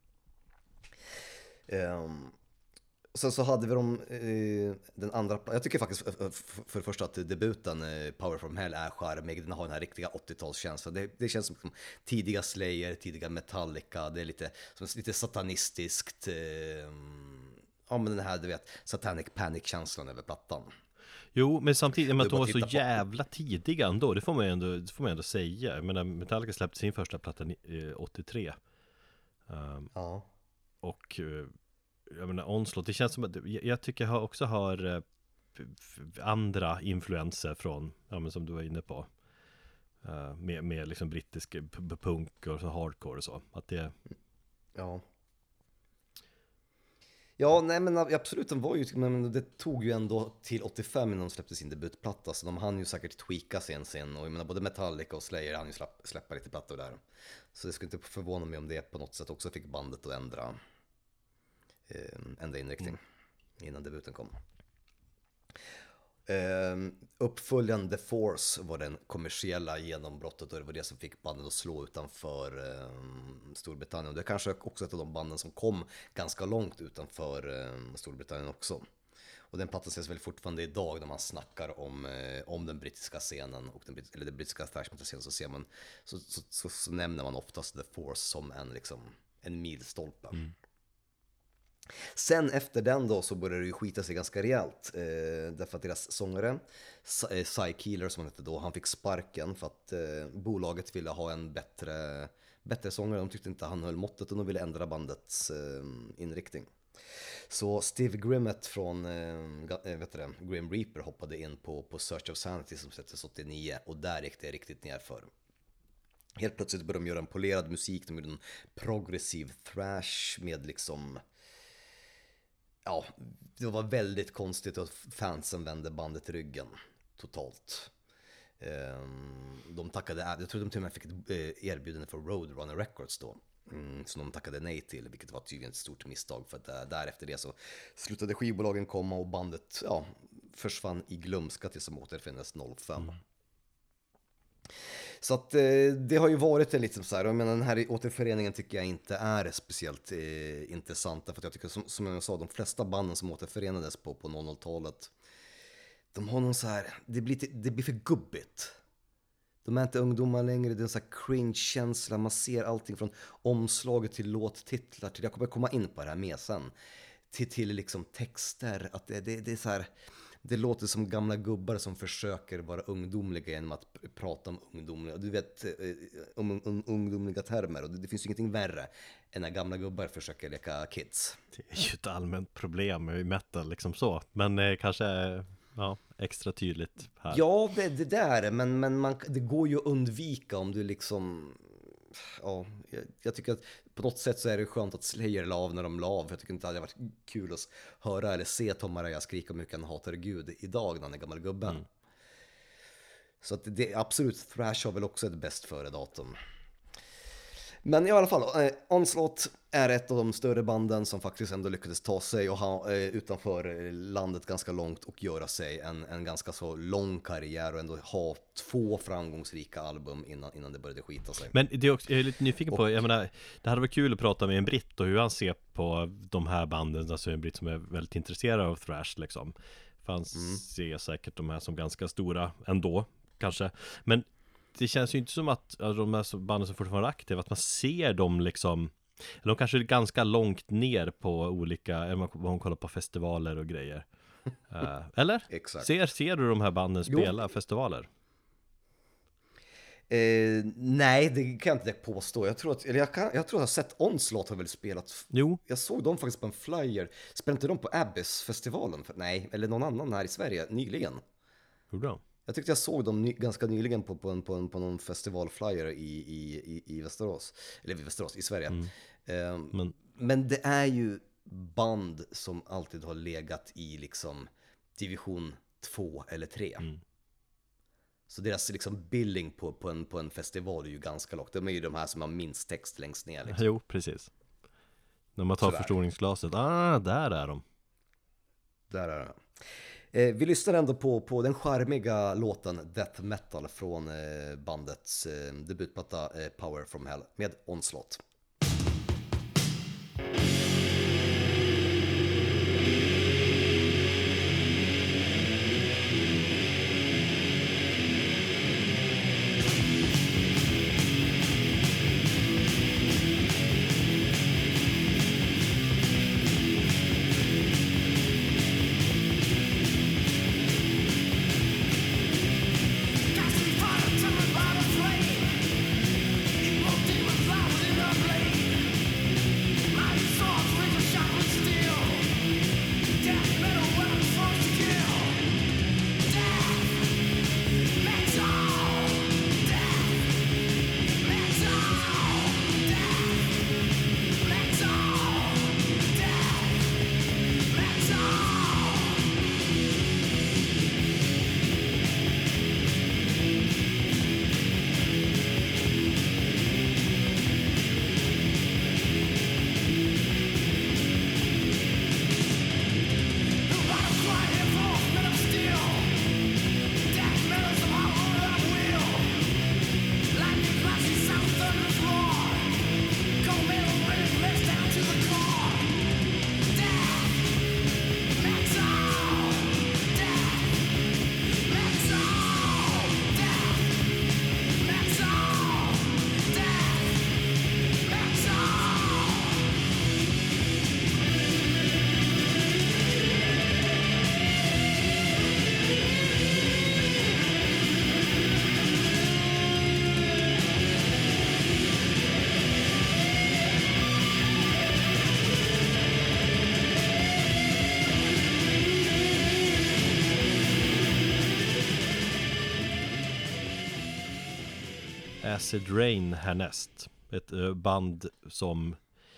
det. Um, sen så hade vi de, eh, den andra, jag tycker faktiskt för, för det första att debuten eh, Power from Hell är charmig, den har den här riktiga åttiotalskänslan. Det, det känns som tidiga Slayer, tidiga Metallica, det är lite, som lite satanistiskt, eh, ja men den här du vet, Satanic Panic-känslan över plattan. Jo, men samtidigt med att de var så titta på- jävla tidiga ändå, det får man ju ändå, det får man ändå säga. Jag menar, Metallica släppte sin första platta eh, åttiotre. Um, Ja. och eh, jag menar, Onslaught, det känns som att jag, jag tycker jag också har eh, f- f- andra influenser från, ja men som du var inne på. Uh, med, med liksom brittisk p- p- punk och så hardcore och så. Att det, Ja. Ja, nej men absolut, de var ju, men det tog ju ändå till åttiofem innan de släppte sin debutplatta, så de hann ju säkert tweaka sin scen, och jag menar både Metallica och Slayer hann ju släppa, släppa lite plattor där. Så det skulle inte förvåna mig om det på något sätt också fick bandet att ändra, eh, ändra inriktning mm. innan debuten kom. Uh, uppföljaren The Force var den kommersiella genombrottet, och det var det som fick banden att slå utanför uh, Storbritannien. Och det är kanske också ett av de banden som kom ganska långt utanför uh, Storbritannien också. Och den plattan ses väl fortfarande idag när man snackar om, uh, om den brittiska scenen och den, eller den brittiska thrash metal-scenen, så ser man så, så, så, så nämner man oftast The Force som en, liksom, en milstolpe. Mm. Sen efter den då så började det ju skita sig ganska rejält, eh, därför att deras sångare, Cy Keeler som han hette då, han fick sparken för att eh, bolaget ville ha en bättre, bättre sångare. De tyckte inte han höll måttet och de ville ändra bandets eh, inriktning. Så Steve Grimmett från eh, vet du, Grim Reaper hoppade in på, på Search of Sanity som släpptes åttionio, och där gick det riktigt nerför. Helt plötsligt började de göra en polerad musik, de gjorde en progressiv thrash med liksom... Ja, det var väldigt konstigt att fansen vände bandet ryggen totalt. De tackade, jag tror de till och med fick ett erbjudande för Roadrunner Records då, som de tackade nej till, vilket var tydligen ett stort misstag, för att därefter det så slutade skivbolagen komma och bandet ja, försvann i glömska tills de återfinnes noll fem. Mm. Så att eh, det har ju varit en liten så här, jag menar, den här återföreningen tycker jag inte är speciellt eh, intressant, för att jag tycker som, som jag sa, de flesta banden som återförenades på, på noll noll-talet, de har någon så här, det blir, det blir för gubbigt. De är inte ungdomar längre, det är en så här cringe-känsla, man ser allting från omslaget till låttitlar till, jag kommer komma in på det här med sen, till, till liksom texter, att det, det, det är så här... Det låter som gamla gubbar som försöker vara ungdomliga genom att prata om ungdomliga, du vet, om, om, om ungdomliga termer. Och det, det finns ju ingenting värre än när gamla gubbar försöker leka kids. Det är ju ett allmänt problem i metal liksom så. Men eh, kanske ja, extra tydligt här. Ja, det, det där, men, men man, det går ju att undvika om du liksom... Ja, jag, jag tycker att på något sätt så är det skönt att Slayer la av när de la av. Jag tycker inte att det hade varit kul att höra eller se Tom Araya skrika om hur han hatar Gud idag när han är gammal gubben. Mm. Så att det, absolut, thrash har väl också ett bäst före datum. Men i alla fall, eh, Onslaught är ett av de större banden som faktiskt ändå lyckades ta sig och ha, eh, utanför landet ganska långt och göra sig en, en ganska så lång karriär och ändå ha två framgångsrika album innan, innan det började skita sig. Men det är också, jag är lite nyfiken på, och, jag menar, det hade varit kul att prata med en britt och hur han ser på de här banden, alltså en britt som är väldigt intresserad av thrash liksom. För han mm. ser säkert de här som ganska stora ändå, kanske. Men det känns ju inte som att alltså, de här banden som fortfarande är aktiva, att man ser dem liksom, eller de kanske är ganska långt ner på olika, eller man, man kollar på festivaler och grejer. uh, eller? Exakt. Ser, ser du de här banden spela jo. festivaler? Eh, nej, det kan jag inte påstå. Jag tror att, eller jag, kan, jag tror att jag har sett Onslaught har väl spelat. Jo. Jag såg dem faktiskt på en flyer. Spelade inte de på Abyss-festivalen? Nej, eller någon annan här i Sverige nyligen. Hur då? Jag tyckte jag såg dem ny, ganska nyligen på, på, en, på, en, på någon festivalflyer i, i, i, i Västerås. Eller i Västerås, i Sverige. Mm. Eh, men. men det är ju band som alltid har legat i liksom division två eller tre. Mm. Så deras liksom billing på, på, en, på en festival är ju ganska lågt. De är ju de här som har minst text längst ner liksom. Jo, precis. När man tar Tyvärr. förstoringsglaset, ah, där är de. Där är det. Eh, vi lyssnar ändå på, på den charmiga låten Death Metal från eh, bandets eh, debutplatta eh, Power from Hell med Onslaught. Acid Rain härnäst. Ett uh, band som,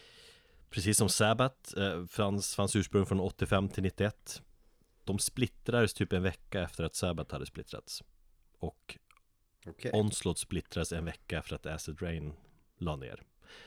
precis som Sabbath, uh, fanns, fanns ursprung från åttiofem till nittioett. De splittrades typ en vecka efter att Sabbath hade splittrats. Och Okay. Onslaught splittrades en vecka efter att Acid Rain la ner.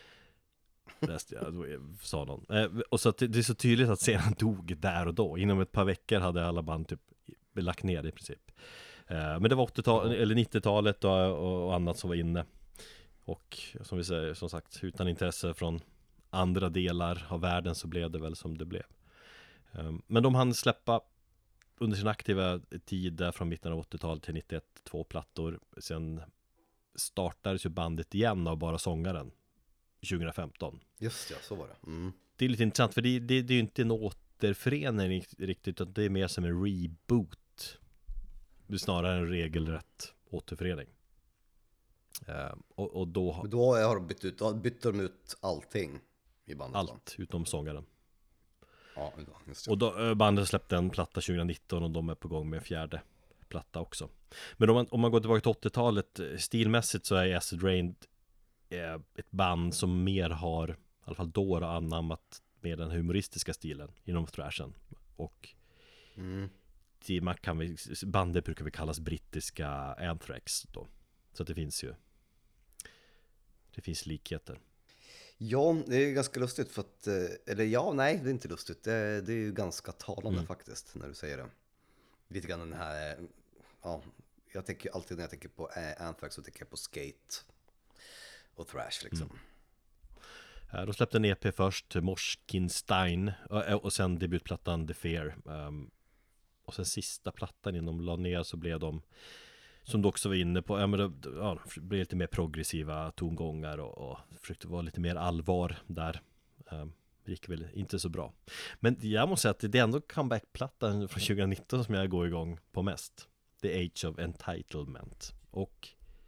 Läste jag, då sa någon. Eh, och så att det, det är så tydligt att scenen dog där och då. Inom ett par veckor hade alla band typ lagt ner i princip. Eh, men det var åttiotalet eller nittiotalet och, och, och annat som var inne. Och som vi säger, som sagt, utan intresse från andra delar av världen så blev det väl som det blev. Eh, men de hann släppa under sin aktiva tid där från mitten av åttiotalet till nittioett två plattor. Sen startades ju bandet igen av bara sångaren tjugohundrafemton. Just ja, så var det. Mm. Det är lite intressant för det, det, det är ju inte en återförening riktigt, utan det är mer som en reboot. Det är snarare en regelrätt återförening. Uh, och, och då har... Men då har de bytt ut, bytt de ut allting i bandet. Allt, va? utom sångaren. Ja, just det. Och då, bandet släppte en platta tjugonitton och de är på gång med en fjärde platta också. Men om man, om man går tillbaka till åttiotalet, stilmässigt så är Acid Rain eh, ett band som mer har, i alla fall då, har anammat med den humoristiska stilen inom thrashen. Och Mm. det, man kan vi, bandet brukar vi kallas brittiska Anthrax då. Så att det finns ju, det finns likheter. Ja, det är ganska lustigt för att, eller ja, nej, det är inte lustigt. Det, det är ju ganska talande Mm. faktiskt när du säger det. Lite grann den här, ja, jag tänker alltid när jag tänker på Anthrax så tänker jag på skate och thrash liksom. Mm. De släppte en E P först, Morskinstein, och, och sen debutplattan The Fear. Um, och sen sista plattan innan de la ner så blev de, som du också var inne på, ja, men det, ja, det blev lite mer progressiva tongångar och, och försökte vara lite mer allvar där. Um, det gick väl inte så bra. Men jag måste säga att det är ändå comebackplattan från tjugonitton som jag går igång på mest. The Age of Entitlement. Och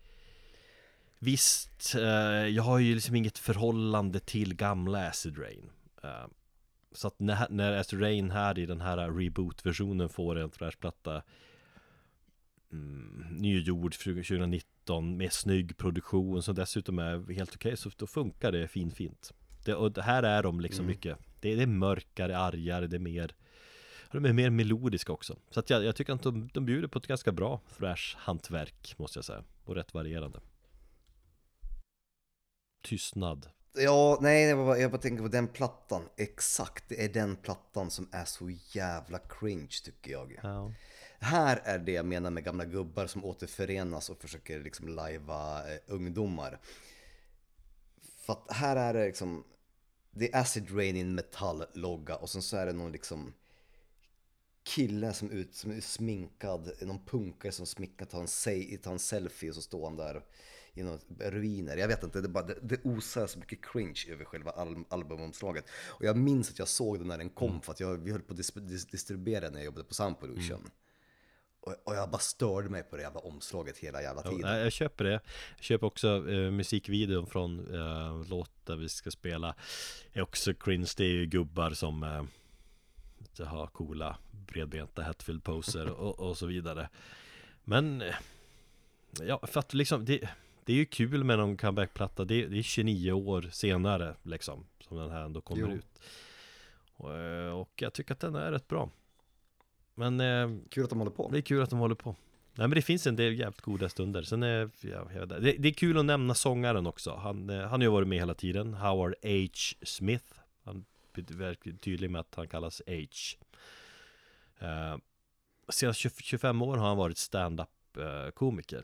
visst, eh, jag har ju liksom inget förhållande till gamla Acid Rain. Eh, så att när, när Acid Rain här i den här reboot-versionen får en thrashplatta mm, nygjord tjugonitton med snygg produktion som dessutom är helt okej, så då funkar det fin-fint. Det, och det här är de liksom Mm. mycket, det, det är mörkare, argare, det är mer, De är mer melodiska också. Så att jag, jag tycker att de, de bjuder på ett ganska bra thrash-hantverk, måste jag säga. Och rätt varierande. Tystnad. Ja, nej, jag bara, jag bara tänker på den plattan. Exakt, det är den plattan som är så jävla cringe, tycker jag. Ja. Här är det jag menar med gamla gubbar som återförenas och försöker liksom lajva eh, ungdomar. För att här är det liksom, det är Acid Rain i en metalllogga och sen så är det någon liksom kille som, ut, som är sminkad, någon punkare som sminkar, tar en, se, tar en selfie och så står han där i några ruiner. Jag vet inte, det, bara, det, det osar så mycket cringe över själva al- albumomslaget. Och jag minns att jag såg den när den kom mm. för att jag, vi höll på att dis- dis- distribuera när jag jobbade på Sound Pollution. Mm. Och, och jag bara störde mig på det jävla omslaget hela jävla tiden. Ja, jag köper det. Jag köper också eh, musikvideon från eh, låtar vi ska spela. Är också cringe, det är ju gubbar som eh, har coola bredbenta Hatfield poser och, och så vidare. Men eh, ja, för att liksom det, det är ju kul med någon comebackplatta. Det, det är tjugonio år senare liksom som den här ändå kommer jo. ut. Och, och jag tycker att den är rätt bra. Men eh, kul att de håller på. Det är kul att de håller på. Nej, men det finns en del jävligt goda stunder. Sen är ja, det, det är kul att nämna sångaren också. Han, eh, han har ju varit med hela tiden. Howard H. Smith. Han är verkligen tydlig med att han kallas H. Eh, sedan tjugofem år har han varit stand-up eh, komiker.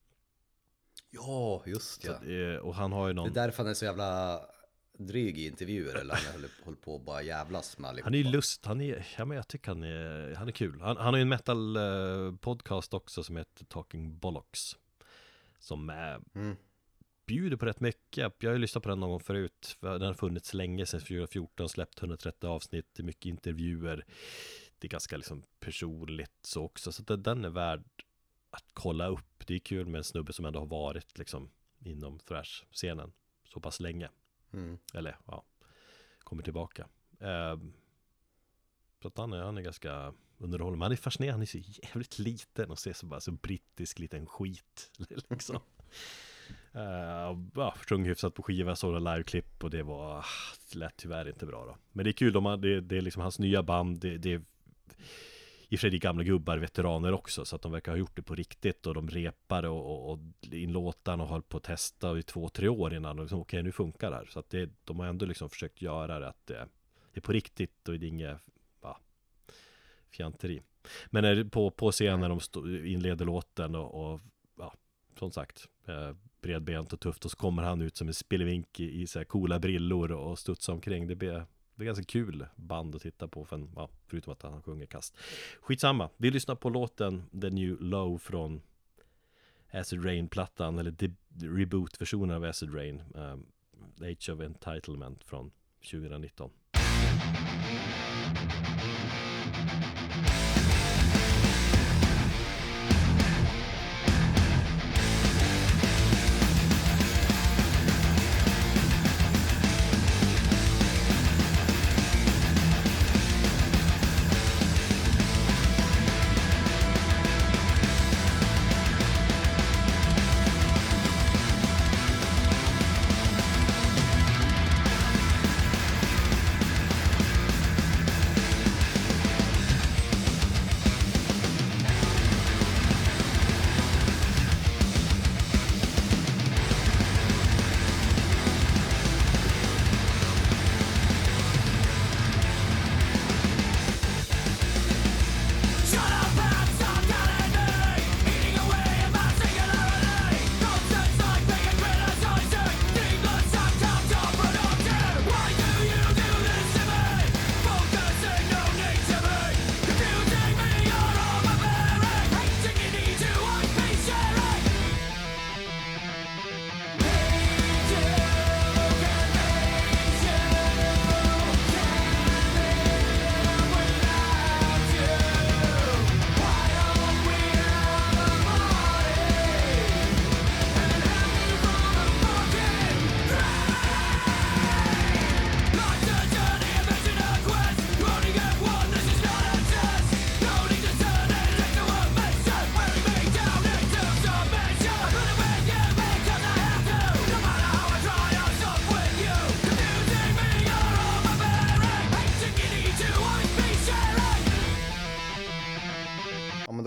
Ja, just ja. Så, eh, och han har ju någon... Det är därför han är så jävla dryg i intervjuer, eller han håller, håller på att bara jävlas med allihopa. Han är ju lust, han är, ja, men jag tycker han är, han är kul. Han, han har ju en metal eh, podcast också som heter Talking Bollocks. Som eh, mm. bjuder på rätt mycket. Jag har ju lyssnat på den någon gång förut. Den har funnits länge sedan tjugohundrafjorton, släppt hundratrettio avsnitt, det är mycket intervjuer. Det är ganska liksom personligt så också. Så det, den är värd att kolla upp. Det är kul med en snubbe som ändå har varit liksom inom thrash-scenen så pass länge. Mm. Eller ja, kommer tillbaka. Eh, så att han är, han är ganska underhållande. Han är fascinerande, han är så jävligt liten och ser så bara så brittisk liten skit liksom. Uh, ja, sjöng hyfsat på skiva, såg en liveklipp och det var det lät tyvärr inte bra då. Men det är kul, de, det, det är liksom hans nya band, det, det är i och för sig gamla gubbar, veteraner också, så att de verkar ha gjort det på riktigt och de repade och, och, och in låtan och höll på att testa i två, tre år innan och liksom, okej, okay, nu funkar det här. Så att det, de har ändå liksom försökt göra det att det, det är på riktigt och det är inget ja, fjanteri. Men är på, på scenen när de stå, inleder låten och, och ja, som sagt eh, bredbent och tufft och så kommer han ut som en spillevink i, i så här coola brillor och studsar omkring. Det blir Det är ganska kul band att titta på för en, ja, förutom att han sjunger kast. Skitsamma, vi lyssnar på låten The New Low från Acid Rain-plattan, eller de- reboot-versionen av Acid Rain, um, Age of Entitlement från tjugonitton.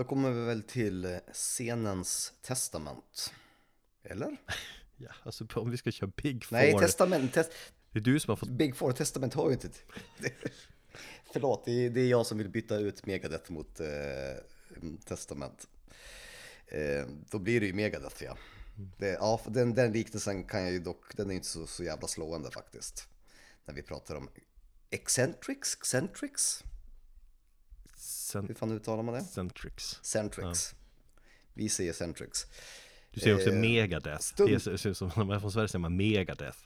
kommer vi väl till scenens testament. Eller? Ja, alltså om vi ska köra Big Four. Nej, testament. Test... Det är du som har fått... Big Four, testament har ju inte... Förlåt, det är, det är jag som vill byta ut Megadeth mot eh, testament. Eh, då blir det ju Megadeth, ja. Det, ja den, den liknelsen kan jag ju dock, den är inte så, så jävla slående faktiskt. När vi pratar om Eccentrics, Eccentrics? Cent- Hur fan uttalar man det? Centrix. Centrix. Ja. Vi säger Centrix. Du säger också eh, Megadeth. Stund... Det är som när man är från Sverige säger man Megadeth.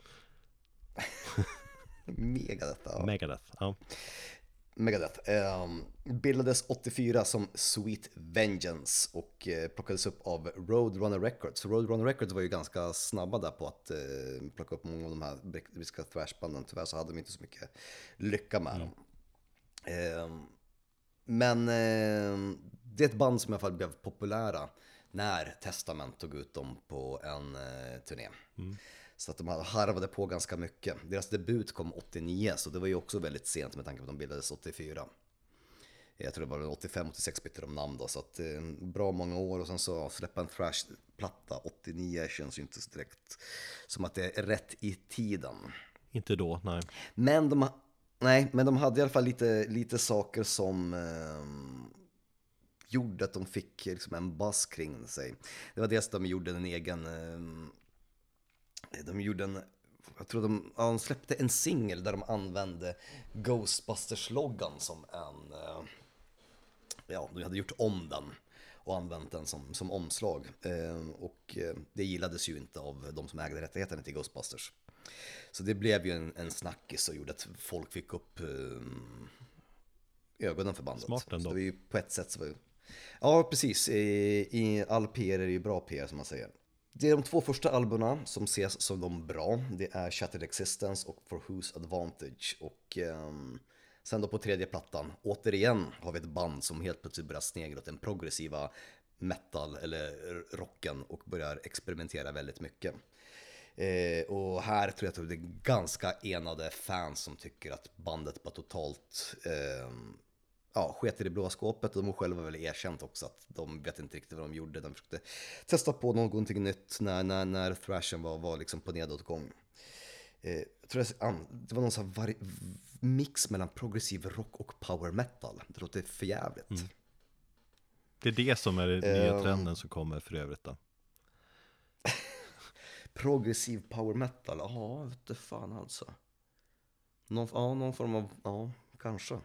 Megadeth, ja. Megadeth, ja. Megadeth eh, bildades åttiofyra som Sweet Vengeance och eh, plockades upp av Roadrunner Records. Roadrunner Records var ju ganska snabba där på att eh, plocka upp många av de här brittiska thrashbanden. Tyvärr så hade de inte så mycket lycka med mm. dem. Eh, men eh, det är ett band som i alla fall blev populära när Testament tog ut dem på en eh, turné. Mm. Så att de harvade på ganska mycket. Deras debut kom åttionio, så det var ju också väldigt sent med tanke på att de bildades åttiofyra. Jag tror det var åttiofem åttiosex bytte de namn då, så att eh, bra många år. Och sen så släppa en thrash-platta åttionio känns ju inte så direkt som att det är rätt i tiden. Inte då, nej. Men de, nej, men de hade i alla fall lite, lite saker som... Eh, gjorde att de fick liksom en buzz kring sig. Det var dels att de gjorde en egen... Eh, de gjorde en... Jag tror de, ja, de släppte en singel där de använde Ghostbusters-loggan som en... Eh, ja, de hade gjort om den och använt den som, som omslag. Eh, och eh, det gillades ju inte av de som ägde rättigheterna till Ghostbusters. Så det blev ju en, en snackis och gjorde att folk fick upp eh, ögonen för bandet. Smart ändå. Så det var ju på ett sätt så var ju... Ja, precis. I, i all P R är det ju bra P R som man säger. Det är de två första albumen som ses som de bra. Det är Shattered Existence och For Whose Advantage. Och um, sen då på tredje plattan, återigen har vi ett band som helt plötsligt börjar snegla åt den progressiva metal eller rocken och börjar experimentera väldigt mycket. Eh, och här tror jag att det är ganska enade fans som tycker att bandet var totalt... Eh, Ja, sket i det blåa skåpet, och de har själva väl erkänt också att de vet inte riktigt vad de gjorde. De försökte testa på någonting nytt när, när, när thrashen var, var liksom på nedåtgång. Eh, jag tror det, det var någon sån här vari- mix mellan progressiv rock och power metal. Det låter för jävligt. Mm. Det är det som är den nya um, trenden som kommer för övrigt då. Progressiv power metal, ja, vet du fan alltså. Någon, ja, någon form av, ja, kanske.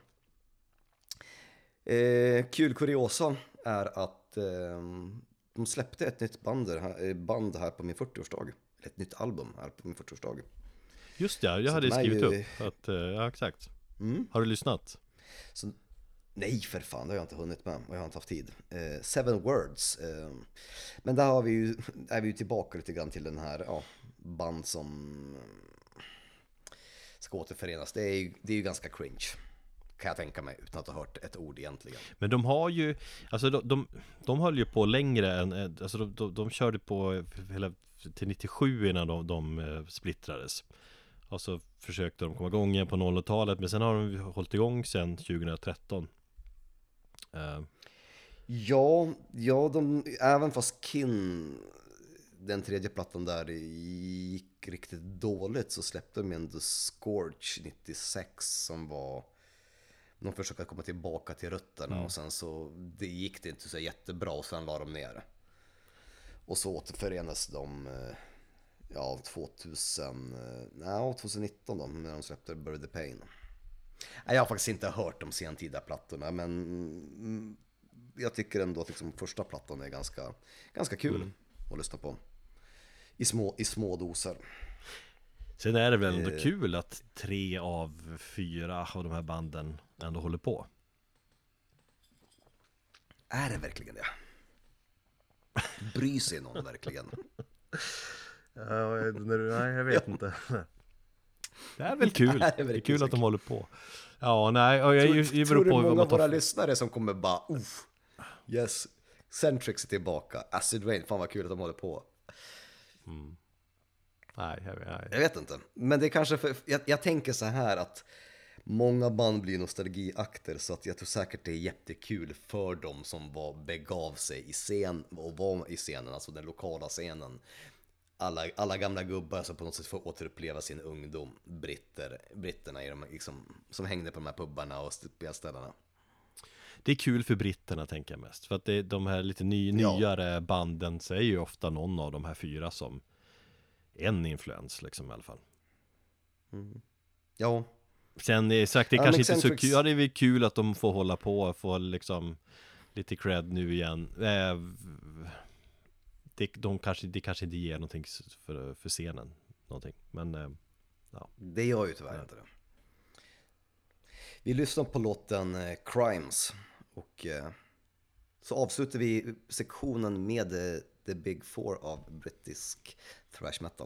Eh, kul kuriosa är att eh, de släppte ett nytt band här, band här på min fyrtioårsdag. Ett nytt album här på min fyrtioårsdag. Just det, jag så hade skrivit ju... upp att, ja exakt. Mm. Har du lyssnat? Så, nej för fan, det har jag inte hunnit med och jag har inte haft tid. eh, Seven Words eh, Men där har vi ju, är vi ju tillbaka lite grann till den här ja, band som ska återförenas. Det är ju, det är ju ganska cringe, kan jag tänka mig, utan att ha hört ett ord egentligen. Men de har ju, alltså de, de, de höll ju på längre än, alltså de, de, de körde på hela till nittiosju innan de, de splittrades. Och så försökte de komma igång igen på nolltalet, men sen har de hållit igång sen tjugohundratretton. Uh. Ja, ja de, även fast Kin, den tredje plattan där, gick riktigt dåligt, så släppte de en The Scorch nittiosex som var... De försökte komma tillbaka till rötterna mm. och sen så det gick det inte så jättebra och sen la de ner. Och så återförenas de ja, tvåtusen, nej, tjugonitton då, när de släppte Bury the Pain. Jag har faktiskt inte hört de sentida plattorna, men jag tycker ändå att liksom första plattan är ganska, ganska kul mm. att lyssna på. I små, i små doser. Sen är det väl ändå eh. kul att tre av fyra av de här banden ändå håller på. Är det verkligen det? Bryr sig någon verkligen? Ja, nej, jag vet inte. Det är väl kul. Det är, det är kul att de håller på. Ja, nej, och jag tror, jag tror du på många av tar... våra lyssnare som kommer bara uff, yes, Centrix är tillbaka, Acid Rain, fan vad kul att de håller på. Mm. Nej, jag, jag... jag vet inte, men det är kanske för, jag, jag tänker så här att många band blir nostalgiakter, så att jag tror säkert det är jättekul för dem som var, begav sig i scen och var i scenen, alltså den lokala scenen. Alla, alla gamla gubbar som på något sätt får återuppleva sin ungdom, britter, britterna är de liksom, som hängde på de här pubbarna och spelställena. Det är kul för britterna, tänker jag mest. För att det, de här lite ny, Ja. nyare banden, så är ju ofta någon av de här fyra som en influens liksom i alla fall. Mm. Ja. Sen är sagt, det är Ja, kanske inte så Eccentrics- kul. Ja, det är väl kul att de får hålla på och få liksom lite cred nu igen. Eh, det, de kanske, det kanske inte ger någonting för, för scenen. Någonting. Men eh, ja. Det gör ju tyvärr inte det. Vi lyssnar på låten eh, Crimes och eh, så avslutar vi sektionen med eh, The Big Four av brittisk thrash metal.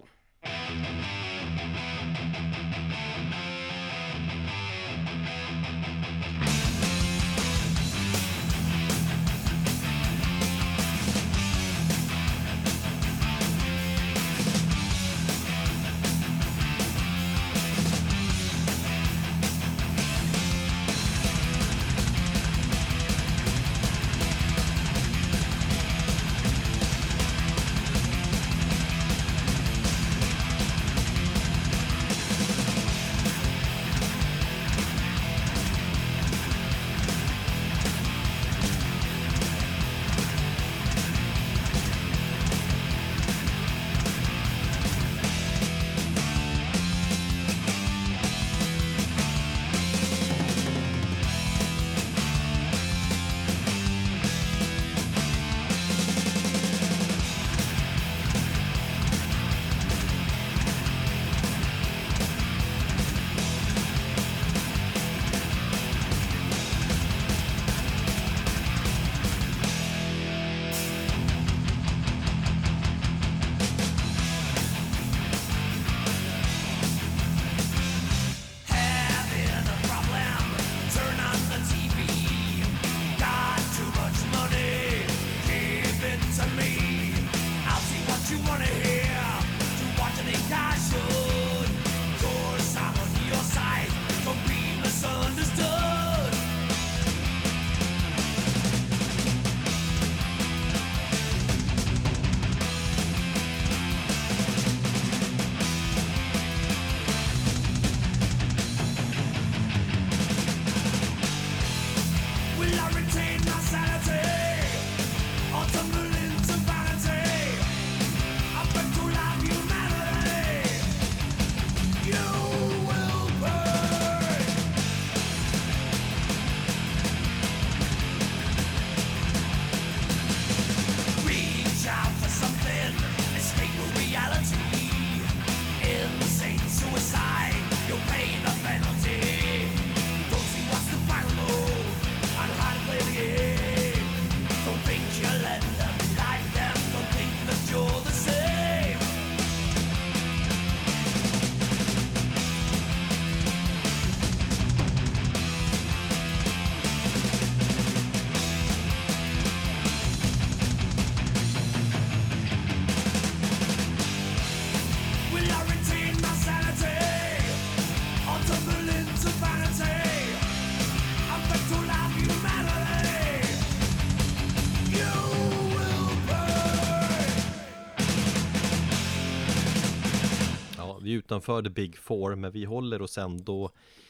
Vi är utanför The Big Four, men vi håller oss ändå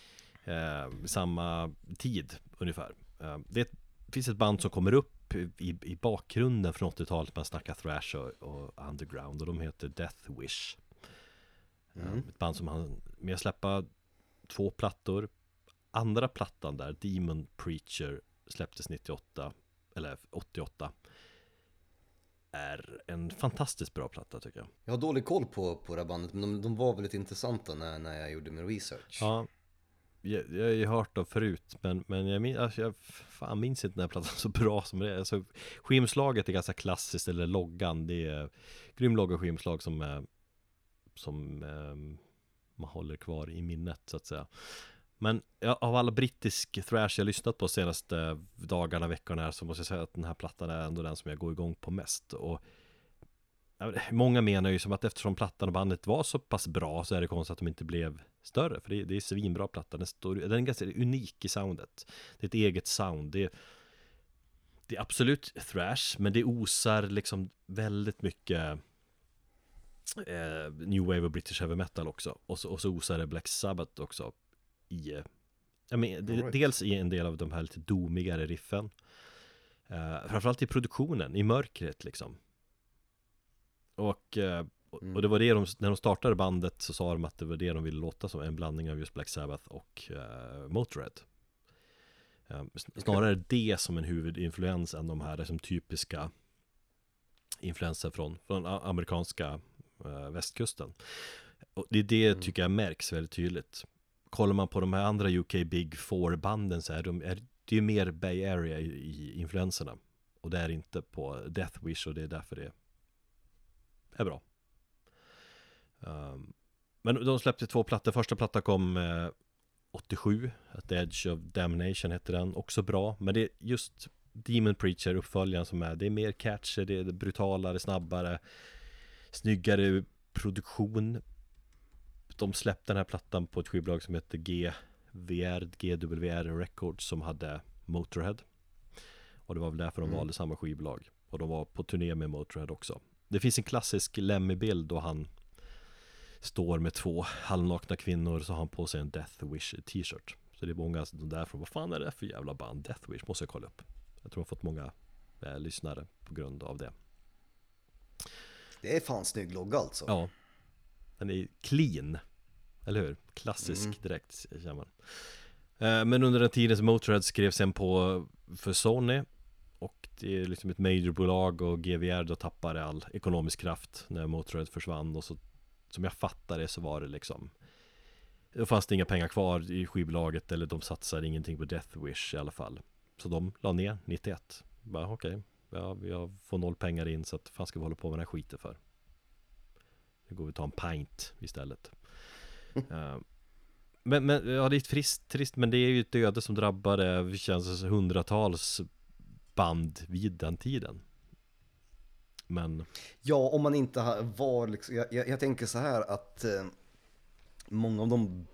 eh, samma tid ungefär. Eh, det finns ett band som kommer upp i, i bakgrunden från åttiotalet. Man snackar thrash och, och underground, och de heter Death Wish. Mm. Eh, ett band som han med att släppa två plattor. Andra plattan där, Demon Preacher, släpptes nittioåtta eller åttioåtta. Är en fantastiskt bra platta, tycker jag. Jag har dålig koll på, på det här bandet, men de, de var väldigt intressanta när, när jag gjorde min research. Ja, jag, jag har ju hört dem förut, men, men jag, min, alltså jag fan minns inte den här plattan så bra som det är. Alltså, skivomslaget är ganska klassiskt, eller loggan, det är grym logga och skivomslag som, är, som eh, man håller kvar i minnet, så att säga. Men ja, av alla brittisk thrash jag lyssnat på senaste dagarna, veckorna här, så måste jag säga att den här plattan är ändå den som jag går igång på mest. Och många menar ju som att eftersom plattan och bandet var så pass bra så är det konstigt att de inte blev större. För det, det är svinbra platta. Den, står, den är ganska unik i soundet. Det är ett eget sound. Det är, det är absolut thrash, men det osar liksom väldigt mycket eh, New Wave och British Heavy Metal också. Och så, och så osar det Black Sabbath också i, jag men, det, right. dels i en del av de här lite domigare riffen. Eh, framförallt i produktionen, i mörkret liksom. Och, eh, Mm. och det var det de, när de startade bandet så sa de att det var det de ville låta som, en blandning av just Black Sabbath och eh, Motörhead. Eh, snarare okay. det som en huvudinfluens än de här som typiska influenser från, från amerikanska eh, västkusten. Och det är det mm. tycker jag märks väldigt tydligt. Kollar man på de här andra U K Big Four-banden så är de är, det är mer Bay Area i, i influenserna. Och det är inte på Death Wish, och det är därför det är bra. Um, men de släppte två plattor. Första plattan kom eh, åttiosju, At the Edge of Damnation heter den. Också bra, men det är just Demon Preacher, uppföljaren, som är, det är mer catchy, det är brutalare, snabbare, snyggare produktion. De släppte den här plattan på ett skivbolag som heter G V R, G W R Records, som hade Motörhead. Och det var väl därför de mm. valde samma skivbolag. Och de var på turné med Motörhead också. Det finns en klassisk Lemmy-bild då han står med två halvnakna kvinnor, så har han på sig en Death Wish t-shirt. Så det är många som därför, vad fan är det för jävla band? Death Wish, måste jag kolla upp. Jag tror jag har fått många eh, lyssnare på grund av det. Det är fan snygg logga alltså. Ja, den är clean, eller hur? Klassisk mm. direkt, känner man. Eh, men under den tiden som Motörhead skrev sen på för Sony, och det är liksom ett majorbolag, och G V R då tappade all ekonomisk kraft när Motörhead försvann, och så som jag fattar det så var det liksom, då fanns det inga pengar kvar i skivbolaget, eller de satsade ingenting på Death Wish i alla fall. Så de la ner nittioett. Bara okej, okay, ja, vi får noll pengar in, så att fan ska vi hålla på med den här skiten för? Nu går vi ta en pint istället. uh, men, men ja, det är trist, trist, men det är ju ett öde som drabbade, det känns hundratals band vid den tiden. Men ja, om man inte var liksom, jag, jag, jag tänker så här att eh, många av de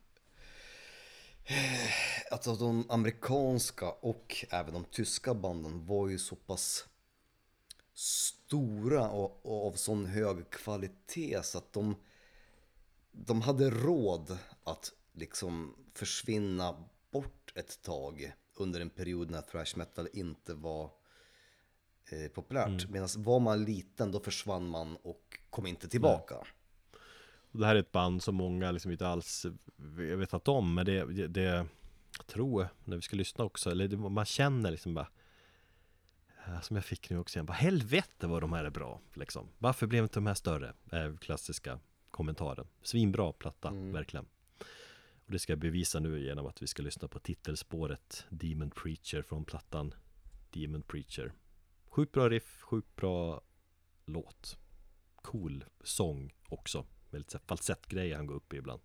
eh, alltså de amerikanska och även de tyska banden var ju så pass stora och, och av sån hög kvalitet så att de de hade råd att liksom försvinna bort ett tag under en period när thrash metal inte var eh, populärt. Mm. Medan var man liten, då försvann man och kom inte tillbaka. Nej. Och det här är ett band som många liksom inte alls vet om, men det, det, det jag tror när vi ska lyssna också, eller det, man känner liksom bara, som jag fick nu också igen, bara helvete vad de här är bra liksom. Varför blev inte de här större? Är klassiska kommentaren. Svinbra platta, mm. verkligen. Och det ska jag bevisa nu genom att vi ska lyssna på titelspåret Demon Preacher från plattan Demon Preacher. Sjukt bra riff, sjukt bra låt. Cool sång också. Med lite falsettgrejer han går upp i ibland.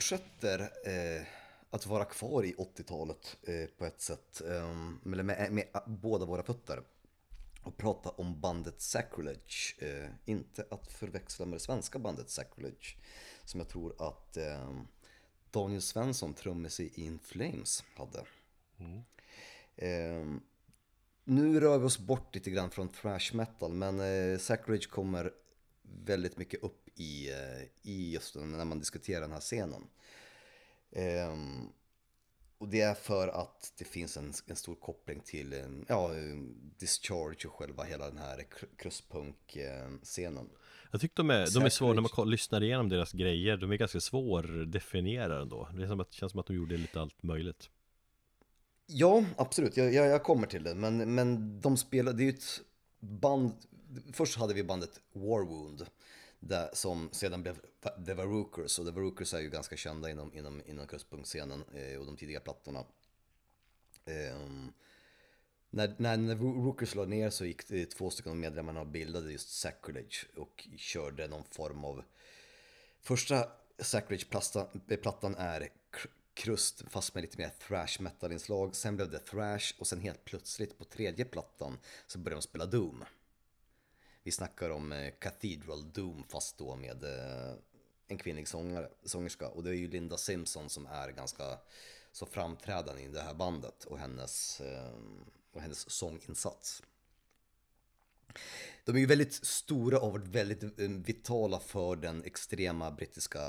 fortsätter eh, att vara kvar i åttiotalet eh, på ett sätt, eh, med, med, med båda våra fötter, och prata om bandet Sacrilege. Eh, inte att förväxla med det svenska bandet Sacrilege, som jag tror att eh, Daniel Svensson, trummis i In Flames, hade. Mm. Eh, nu rör vi oss bort lite grann från thrash metal, men eh, Sacrilege kommer väldigt mycket upp i, eh, i just när man diskuterar den här scenen. Eh, och det är för att det finns en, en stor koppling till eh, ja, Discharge och själva hela den här crustpunk-scenen. Jag tycker de är, de är svåra när man lyssnar igenom deras grejer. De är ganska svårdefinierade ändå. Det är som att, känns som att de gjorde lite allt möjligt. Ja, absolut. Jag, jag, jag kommer till det. Men, men de spelar, det är ju ett band. Först hade vi bandet Warwound, där, som sedan blev The Varukers. Och The Varukers är ju ganska kända inom, inom, inom crustpunk-scenen eh, och de tidiga plattorna. Eh, när, när, när Varukers lade ner så gick det två stycken av medlemmarna och bildade just Sacrilege och körde någon form av... Första Sacrilege-plattan är krust fast med lite mer thrash metal-inslag. Sen blev det thrash och sen helt plötsligt på tredje plattan så började de spela Doom. Vi snackar om Cathedral Doom fast då med en kvinnlig sångare, sångerska. Och det är ju Linda Simpson som är ganska så framträdande i det här bandet och hennes, och hennes sånginsats. De är ju väldigt stora och väldigt vitala för den extrema brittiska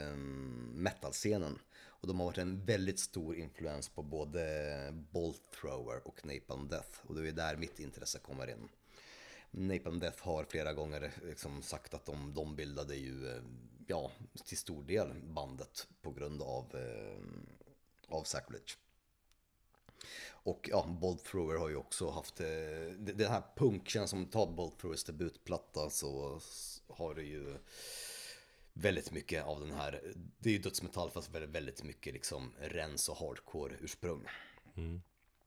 metalscenen. Och de har varit en väldigt stor influens på både Bolt Thrower och Napalm Death. Och det är där mitt intresse kommer in. Napalm Death har flera gånger liksom sagt att de, de bildade ju, ja, till stor del bandet på grund av, eh, av Sacrilege. Och ja, Bolt Thrower har ju också haft, eh, den här punken som tar Bolt Throwers debutplatta, så har det ju väldigt mycket av den här, det är ju dödsmetall fast väldigt, väldigt mycket liksom rens och hardcore ursprung. Mm.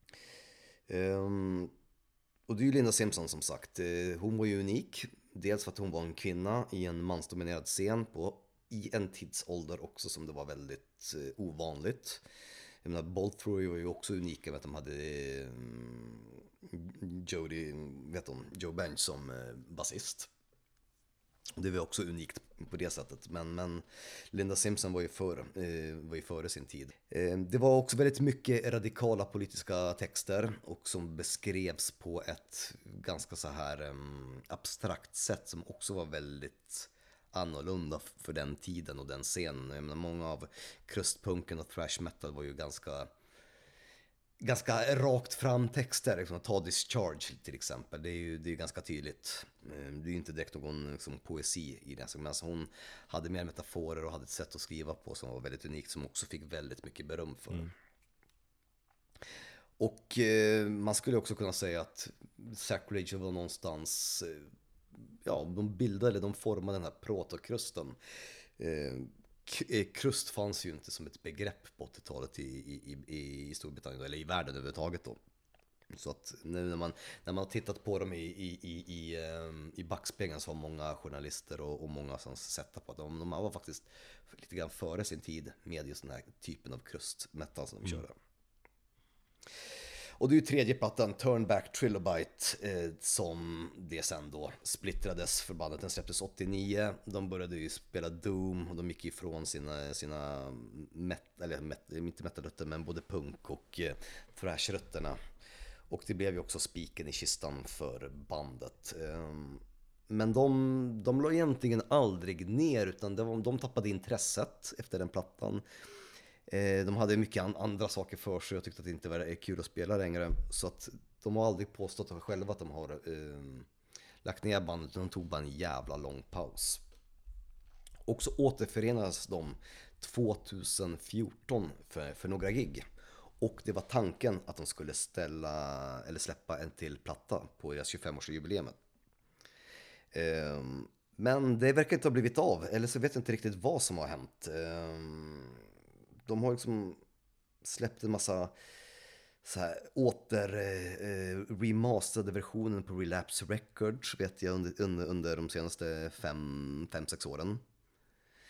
Um, och det är ju Linda Simpson som sagt, hon var ju unik, dels för att hon var en kvinna i en mansdominerad scen på, i en tidsålder också som det var väldigt uh, ovanligt. Jag menar, Bolt Thrower var ju också unika med att de hade um, Jody, vet hon, Joe Bench som uh, basist. Det var också unikt på det sättet, men, men Linda Simpson var ju, för, eh, var ju före sin tid. Eh, det var också väldigt mycket radikala politiska texter och som beskrevs på ett ganska så här eh, abstrakt sätt som också var väldigt annorlunda för den tiden och den scenen. Jag menar, många av crustpunken och thrash metal var ju ganska ganska rakt fram texter, liksom, ta Discharge till exempel, det är ju det är ganska tydligt. Det är ju inte direkt någon liksom, poesi i det, men alltså, hon hade mer metaforer och hade ett sätt att skriva på som var väldigt unikt, som också fick väldigt mycket beröm för. Mm. Och eh, man skulle också kunna säga att Sacrilege var någonstans, eh, ja, de bildade eller de formade den här protokrusten. Eh, Krust fanns ju inte som ett begrepp på åttiotalet i, i, i, i Storbritannien eller i världen överhuvudtaget då. Så att nu när man, när man har tittat på dem i, i, i, i, i backspegeln så har många journalister och, och många som sätter på att de, de var faktiskt lite grann före sin tid med just den här typen av krustmetal som de mm. körde. Och det är ju tredje plattan, Turn Back Trilobite, eh, som det sen då splittrades för bandet. Den släpptes åttionio, de började ju spela Doom och de gick ifrån sina, sina met, eller met, inte metalrötter men både punk och eh, thrashrötterna. Och det blev ju också spiken i kistan för bandet. Eh, men de, de la egentligen aldrig ner, utan de, de tappade intresset efter den plattan. De hade mycket andra saker för sig och tyckte att det inte var kul att spela längre. Så att de har aldrig påstått själva att de har eh, lagt ner bandet. De tog bara en jävla lång paus. Och så återförenades de tjugohundrafjorton för, för några gig. Och det var tanken att de skulle ställa eller släppa en till platta på deras tjugofemårsjubileum. Eh, men det verkar inte ha blivit av. Eller så vet jag inte riktigt vad som har hänt. Eh, De har liksom släppt en massa så här åter eh, remasterade versionen på Relapse Records vet jag under, under, under de senaste fem, fem, sex åren.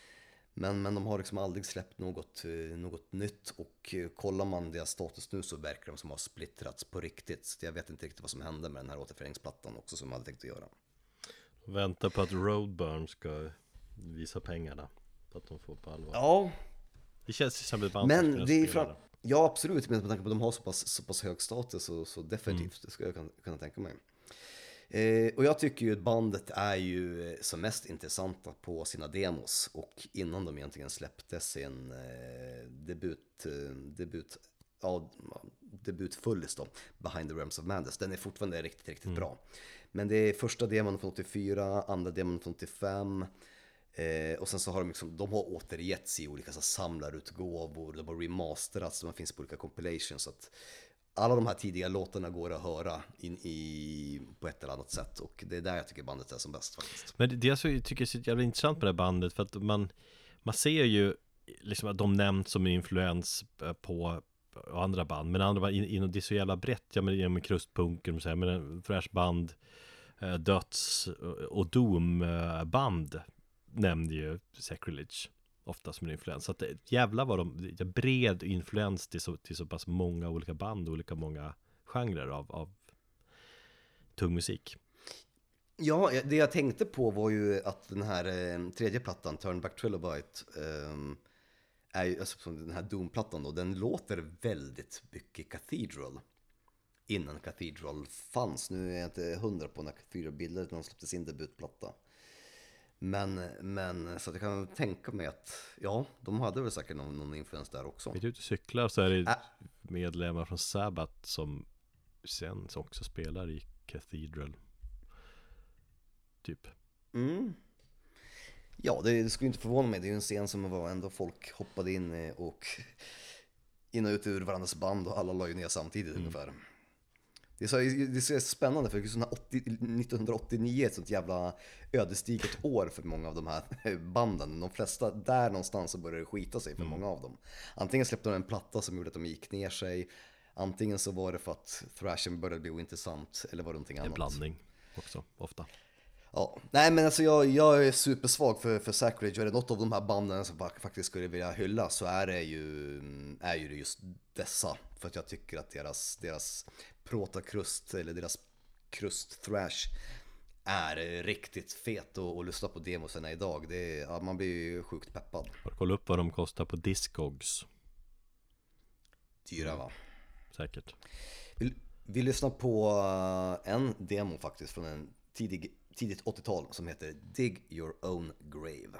Men, men de har liksom aldrig släppt något, eh, något nytt, och eh, kollar man deras status nu så verkar de som ha splittrats på riktigt. Så jag vet inte riktigt vad som hände med den här återföreningsplattan också som jag hade tänkt att göra. Vänta på att Roadburn ska visa pengarna, så att de får på allvar. Ja, Det känns som ett band som men skulle det är spela fram... det. Ja, absolut, men med tanke på att de har så pass, så pass hög status så, så definitivt, det ska jag kunna, kunna tänka mig. Eh, och jag tycker ju att bandet är ju som mest intressanta på sina demos, och innan de egentligen släppte sin eh, debut, eh, debut, ja, debutfullis då, Behind the Realms of Madness. Den är fortfarande riktigt, riktigt Mm. bra. Men det är första demon från åttiofyra, andra demon från åttiofem. Eh, och sen så har de liksom, de har återgetts i olika så här, samlarutgåvor, de har remasterats, de finns på olika compilations, så att alla de här tidiga låtarna går att höra in i, på ett eller annat sätt, och det är där jag tycker bandet är som bäst faktiskt. Men det, det jag tycker är så jävla intressant med det här bandet, för att man, man ser ju liksom att de nämns som en influens på andra band, men andra band, in, in, det är så jävla brett, ja, men med krustpunker och så här, men Thrashband, eh, döds och doom-band nämnde ju Sacrilege ofta som en influens. Så att det, jävla var de, det bred influens till så, till så pass många olika band, olika många genrer av, av tung musik. Ja, det jag tänkte på var ju att den här eh, tredje plattan, Turn Back Trilobite, eh, är ju, alltså den här Doom-plattan då, den låter väldigt mycket Cathedral innan Cathedral fanns. Nu är jag inte hundra på när Cathedral bildades när de släppte sin debutplatta. Men, men så att jag kan tänka mig att ja, de hade väl säkert någon, någon influens där också. Vet du, ute och cyklar så är det Ä- medlemmar från Sabbath som sen också spelar i Cathedral typ. Mm. Ja, det, det skulle inte förvåna mig. Det är ju en scen som var ändå folk hoppade in i och in och ut ur varandras band, och alla la ju ner samtidigt ungefär. Det är, så, det är så spännande, för sådana åttio, nittonhundraåttionio är ett sånt jävla ödesdigert år för många av de här banden. De flesta, där någonstans så började det skita sig för många av dem. Antingen släppte de en platta som gjorde att de gick ner sig, antingen så var det för att thrashen började bli ointressant, eller var det någonting En annat. blandning också, ofta. Ja, nej men alltså jag, jag är supersvag för, för Sacrilege, och är det något av de här banden som faktiskt skulle vilja hylla så är det ju, är ju just dessa. För att jag tycker att deras, deras protakrust, eller deras krust-thrash är riktigt fet, och, och lyssna på demosarna idag, det är, ja, man blir ju sjukt peppad. Har du kollat upp vad de kostar på Discogs? Dyra va? Säkert. Vi, vi lyssnar på en demo faktiskt från en tidig, tidigt åttiotal som heter Dig Your Own Grave.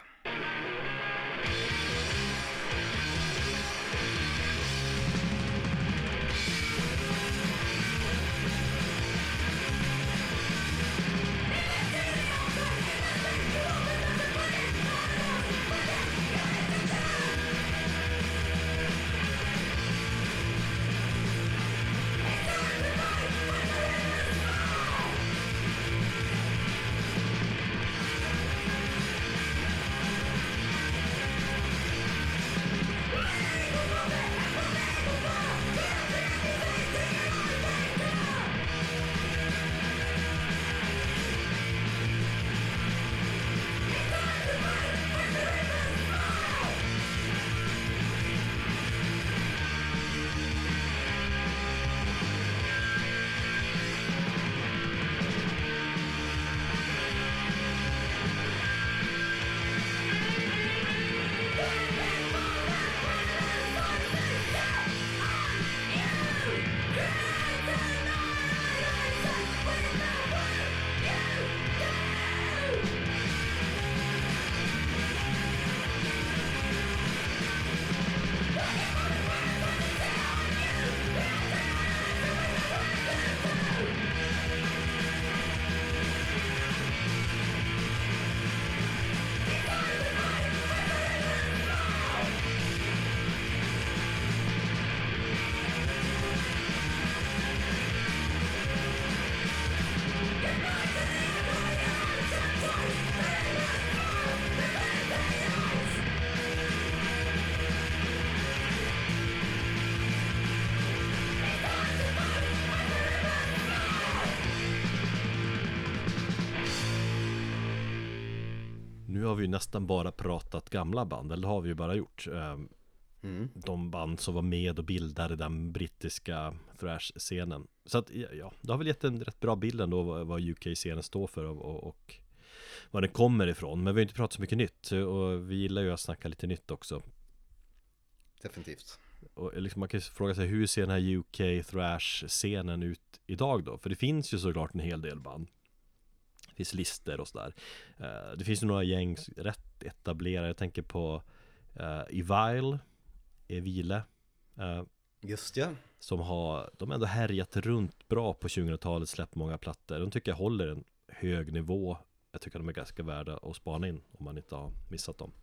har vi ju nästan bara pratat gamla band, eller det har vi ju bara gjort. Um, Mm. De band som var med och bildade den brittiska thrash-scenen. Så att, ja, det har väl gett en rätt bra bild ändå vad, vad U K-scenen står för och, och, och var den kommer ifrån. Men vi har inte pratat så mycket nytt, och vi gillar ju att snacka lite nytt också. Definitivt. Och liksom man kan ju fråga sig, hur ser den här U K thrash-scenen ut idag då? För det finns ju såklart en hel del band. Det finns lister och sådär. uh, Det finns ju några gäng rätt etablerade. Jag tänker på uh, Evile Evile uh, Just ja. som har, de har ändå härjat runt bra på tjugohundratalet, släppt många plattor. De tycker jag håller en hög nivå. Jag tycker de är ganska värda att spana in om man inte har missat dem.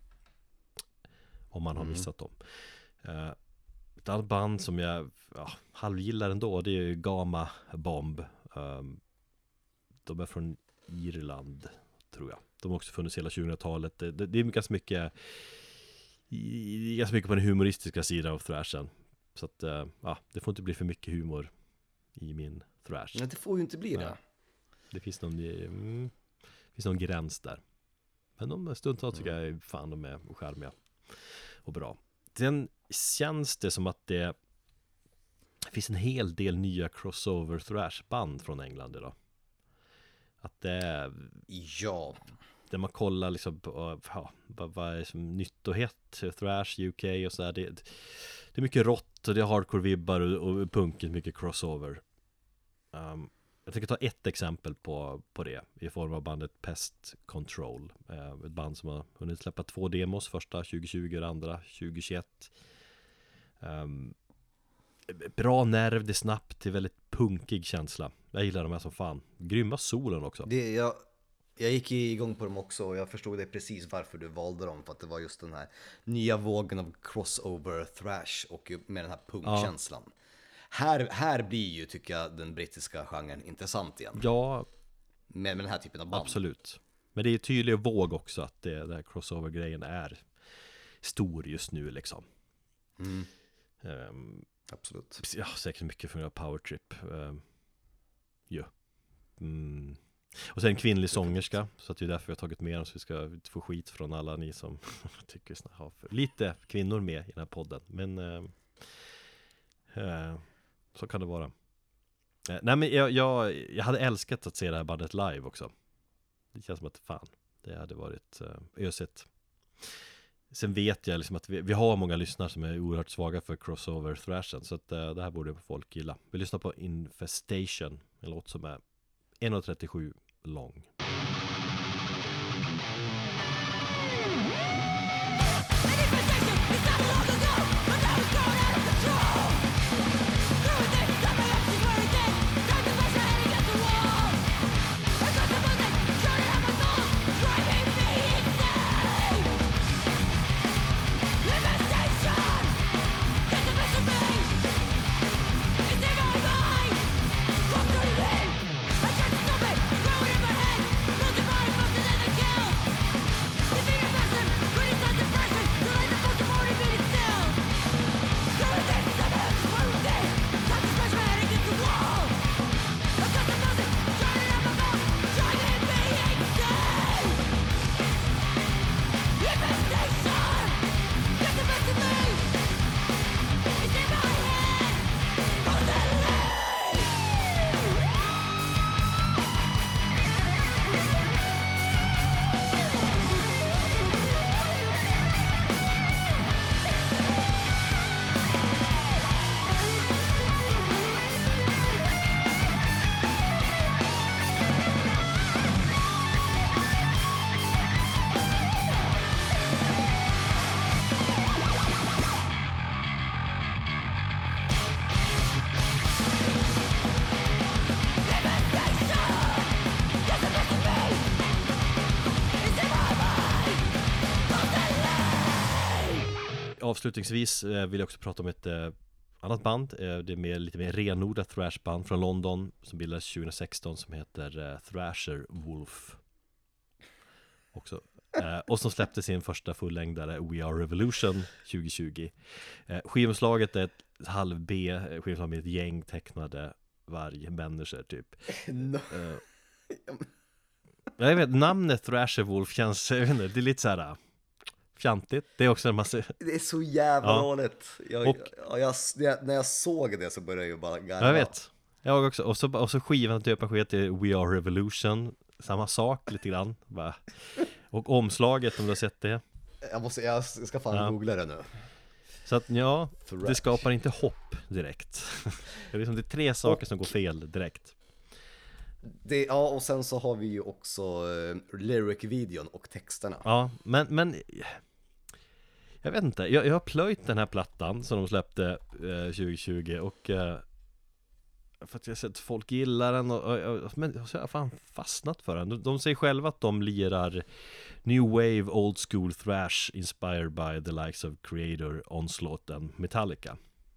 Om man har Mm. missat dem. Uh, ett annat band som jag ja, halvgillar ändå, det är ju Gamma Bomb. Um, de är från Irland, tror jag. De har också funnits hela tjugohundratalet. Det, det, det är ganska mycket i, ganska mycket på den humoristiska sidan av thrashen. Så att, uh, ja, det får inte bli för mycket humor i min thrash. Nej, det får ju inte bli det. Ja. Det finns någon, mm, finns någon gräns där. Men de stundtals tycker jag fan de är charmiga och bra. Sen känns det som att det finns en hel del nya crossover thrash band från England idag. Att det är, Ja. där man kollar liksom på, ja, vad, vad är som nytt och hett thrash U K och så där, det, det är mycket rått och det är hardcore-vibbar och, och punkigt mycket crossover. um, Jag tänker ta ett exempel på, på det i form av bandet Pest Control, uh, ett band som har hunnit släppa två demos, första tjugo tjugo och det andra tjugo tjugoett. um, Bra nerv, det är snabbt, det är väldigt punkig känsla. Jag gillar de här som fan. Grymma solen också. Det, jag, jag gick igång på dem också och jag förstod det precis varför du valde dem. För att det var just den här nya vågen av crossover thrash och med den här punkkänslan. Ja. Här, här blir ju, tycker jag, den brittiska genren intressant igen. Ja, med, med den här typen av band. Absolut. Men det är tydlig våg också att det, den här crossover-grejen är stor just nu liksom. Mm. Um, Absolut. Ja, säkert mycket för en powertrip. Um, ja. Mm. Och sen en kvinnlig sångerska, så att det är därför jag har tagit med dem, så vi ska få skit från alla ni som tycker att ha för lite kvinnor med i den här podden. Men uh, uh, så kan det vara. Uh, nej men jag, jag, jag hade älskat att se det här bandet live också. Det känns som att fan, det hade varit uh, ösigt. Sen vet jag liksom att vi, vi har många lyssnare som är oerhört svaga för crossover thrashen, så att uh, det här borde folk gilla. Vi lyssnar på Infestation, en låt som är en komma trettiosju lång. Avslutningsvis vill jag också prata om ett eh, annat band. Eh, det är mer, lite mer renodlat thrashband från London som bildades tjugohundrasexton som heter eh, Thrasher Wolf. Också. Eh, och som släppte sin första fullängdare We Are Revolution tjugo tjugo. Eh, skivomslaget är ett halv B, skivomslag med ett gäng tecknade vargmänniskor typ. No. Eh, Jag vet, namnet Thrasherwolf känns, jag vet inte, det är lite så här fjantigt. Det är också en massa... Det är så jävla Ja. dåligt. Jag, Och- ja, jag, jag, när jag såg det så började jag ju bara garva. Jag vet. Jag också. Och så, och så skivan typ en skit till We Are Revolution. Samma sak lite grann. Bara. Och omslaget om du har sett det. Jag, måste, jag ska fan Ja. googla det nu. Så att ja, Thrash. det skapar inte hopp direkt. Det är liksom det är tre saker Och- som går fel direkt. Det, ja, och sen så har vi ju också uh, lyric-videon och texterna. Ja, men, men jag vet inte, jag, jag har plöjt den här plattan som de släppte eh, tjugo tjugo och eh, för att jag har sett folk gillar den och, och, och men så har jag fan fastnat för den. De, de säger själva att de lirar New Wave Old School Thrash inspired by the likes of Creator, Onslaught and Metallica.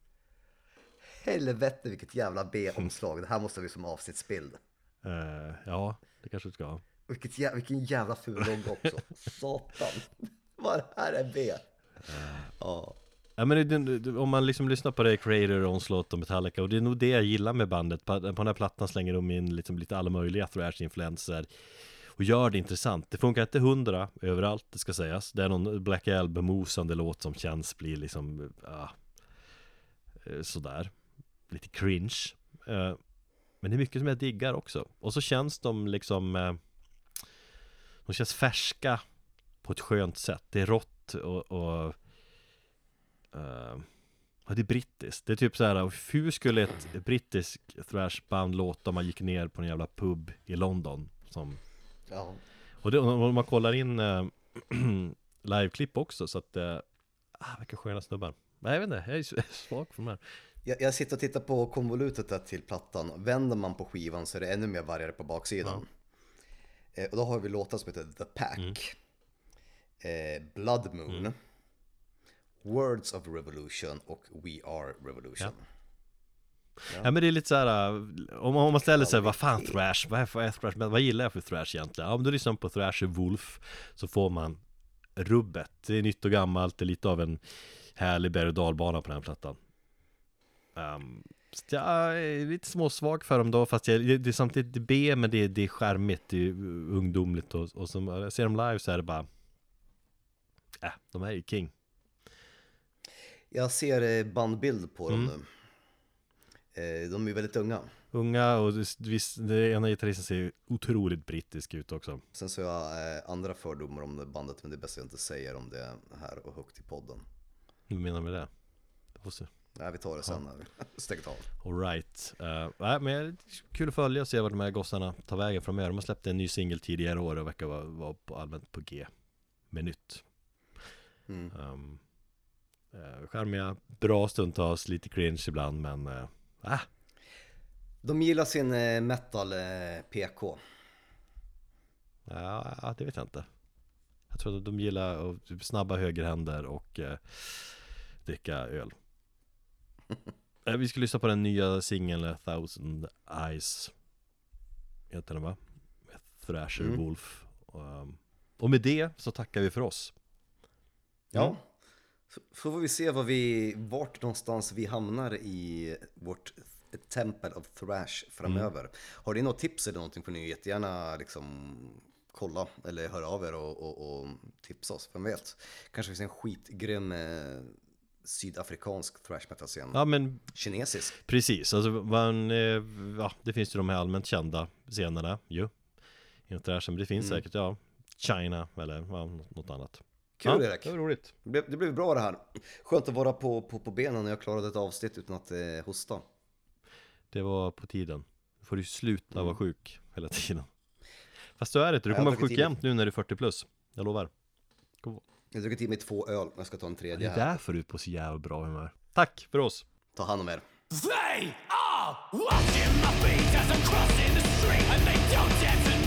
Helvete vilket jävla B-omslag. Det här måste vi som avsnittsbild. Eh, ja, det kanske du ska ha. Vilket jä- vilken jävla ful logga också. Satan. Vad det här är B. Ja. Ja, men det, det, om man liksom lyssnar på det, Creator, Onslaught och Metallica, och det är nog det jag gillar med bandet. På, på den här plattan slänger de in liksom lite alla möjliga thrash-influenser och gör det intressant. Det funkar inte hundra överallt, det ska sägas. Det är någon Black Album-mosande låt som känns blir liksom ja, sådär, lite cringe. Men det är mycket som jag diggar också. Och så känns de liksom de känns färska på ett skönt sätt. Det är rått och, och Uh, ja, det är brittiskt. Det är typ så här, hur skulle ett brittiskt thrashband låta om man gick ner på en jävla pub i London som... Ja. Och det, om man kollar in uh, liveklipp också, så att uh, ah, vilka sköna snubbar. Nej, jag vet inte, jag är svag för de här. Jag, jag sitter och tittar på konvolutet där till plattan. Vänder man på skivan så är det ännu mer vargare på baksidan. Eh, och då har vi låtar som heter The Pack, Mm. eh, Blood Moon, Mm. Words of Revolution och We Are Revolution. Ja, men det är lite så här, om man, om man ställer sig, vad fan thrash, vad är, vad är thrash, men vad gillar jag för thrash egentligen? Ja, om du lyssnar på Thrasherwolf så får man rubbet. Det är nytt och gammalt, det är lite av en härlig berg- och dalbana på den här plattan. Um, så jag är lite småsvag för dem då, fast jag, det är samtidigt det är B, men det är, det är charmigt, det är ungdomligt och, och som jag ser dem live så är det bara äh, de här är ju king. Jag ser eh, bandbild på dem Mm. nu. Eh, de är väldigt unga. Unga och visst, det ena gitarristen ser otroligt brittisk ut också. Sen så har jag eh, andra fördomar om det bandet, men det är bäst jag inte säger om det här och högt i podden. Vad menar du med det? Det får se. Nej, vi tar det sen när vi stängt av. All right. Uh, nej, men det är kul att följa och se vad de här gossarna tar vägen framöver. De har släppt en ny singel tidigare år och verkar vara, vara på, allmänt på G med nytt. Mm. Um, uh, charmiga, bra stundtals, lite cringe ibland, men uh, ah. De gillar sin eh, metal eh, P K. Ja, ja, det vet jag inte. Jag tror att de gillar att typ snabba högerhänder och uh, dricka öl. uh, vi ska lyssna på den nya singeln A Thousand Eyes heter den, va? Med Thrasherwolf. Mm. um, Och med det så tackar vi för oss. Ja. Mm. Så får vi se vad vi, vart någonstans vi hamnar i vårt tempel of thrash framöver. Mm. Har ni något tips eller någonting får ni jättegärna liksom kolla eller höra av er och, och, och tipsa oss. Vem vet? Kanske finns en skitgrym eh, sydafrikansk thrash metal scen. Ja, men Kinesisk. precis, alltså man, eh, ja, det finns ju de här allmänt kända scenerna ju inom thrashen, men det finns Mm. säkert, ja, China eller ja, något annat. Kul, Ja, Erik. det var roligt. Det blev, det blev bra det här. Skönt att vara på, på, på benen när jag klarade ett avsnitt utan att eh, hosta. Det var på tiden. Du får ju sluta Mm. vara sjuk hela tiden. Fast du är det, du Ja, kommer jag vara sjuk tycker jämt nu när du är fyrtio plus. Jag lovar. Jag dricker till mig två öl, jag ska ta en Det tredje är här. därför du är på så jävla bra humör. Tack för oss! Ta hand om er. They are watching my feet as I'm crossing the street, and they don't dare to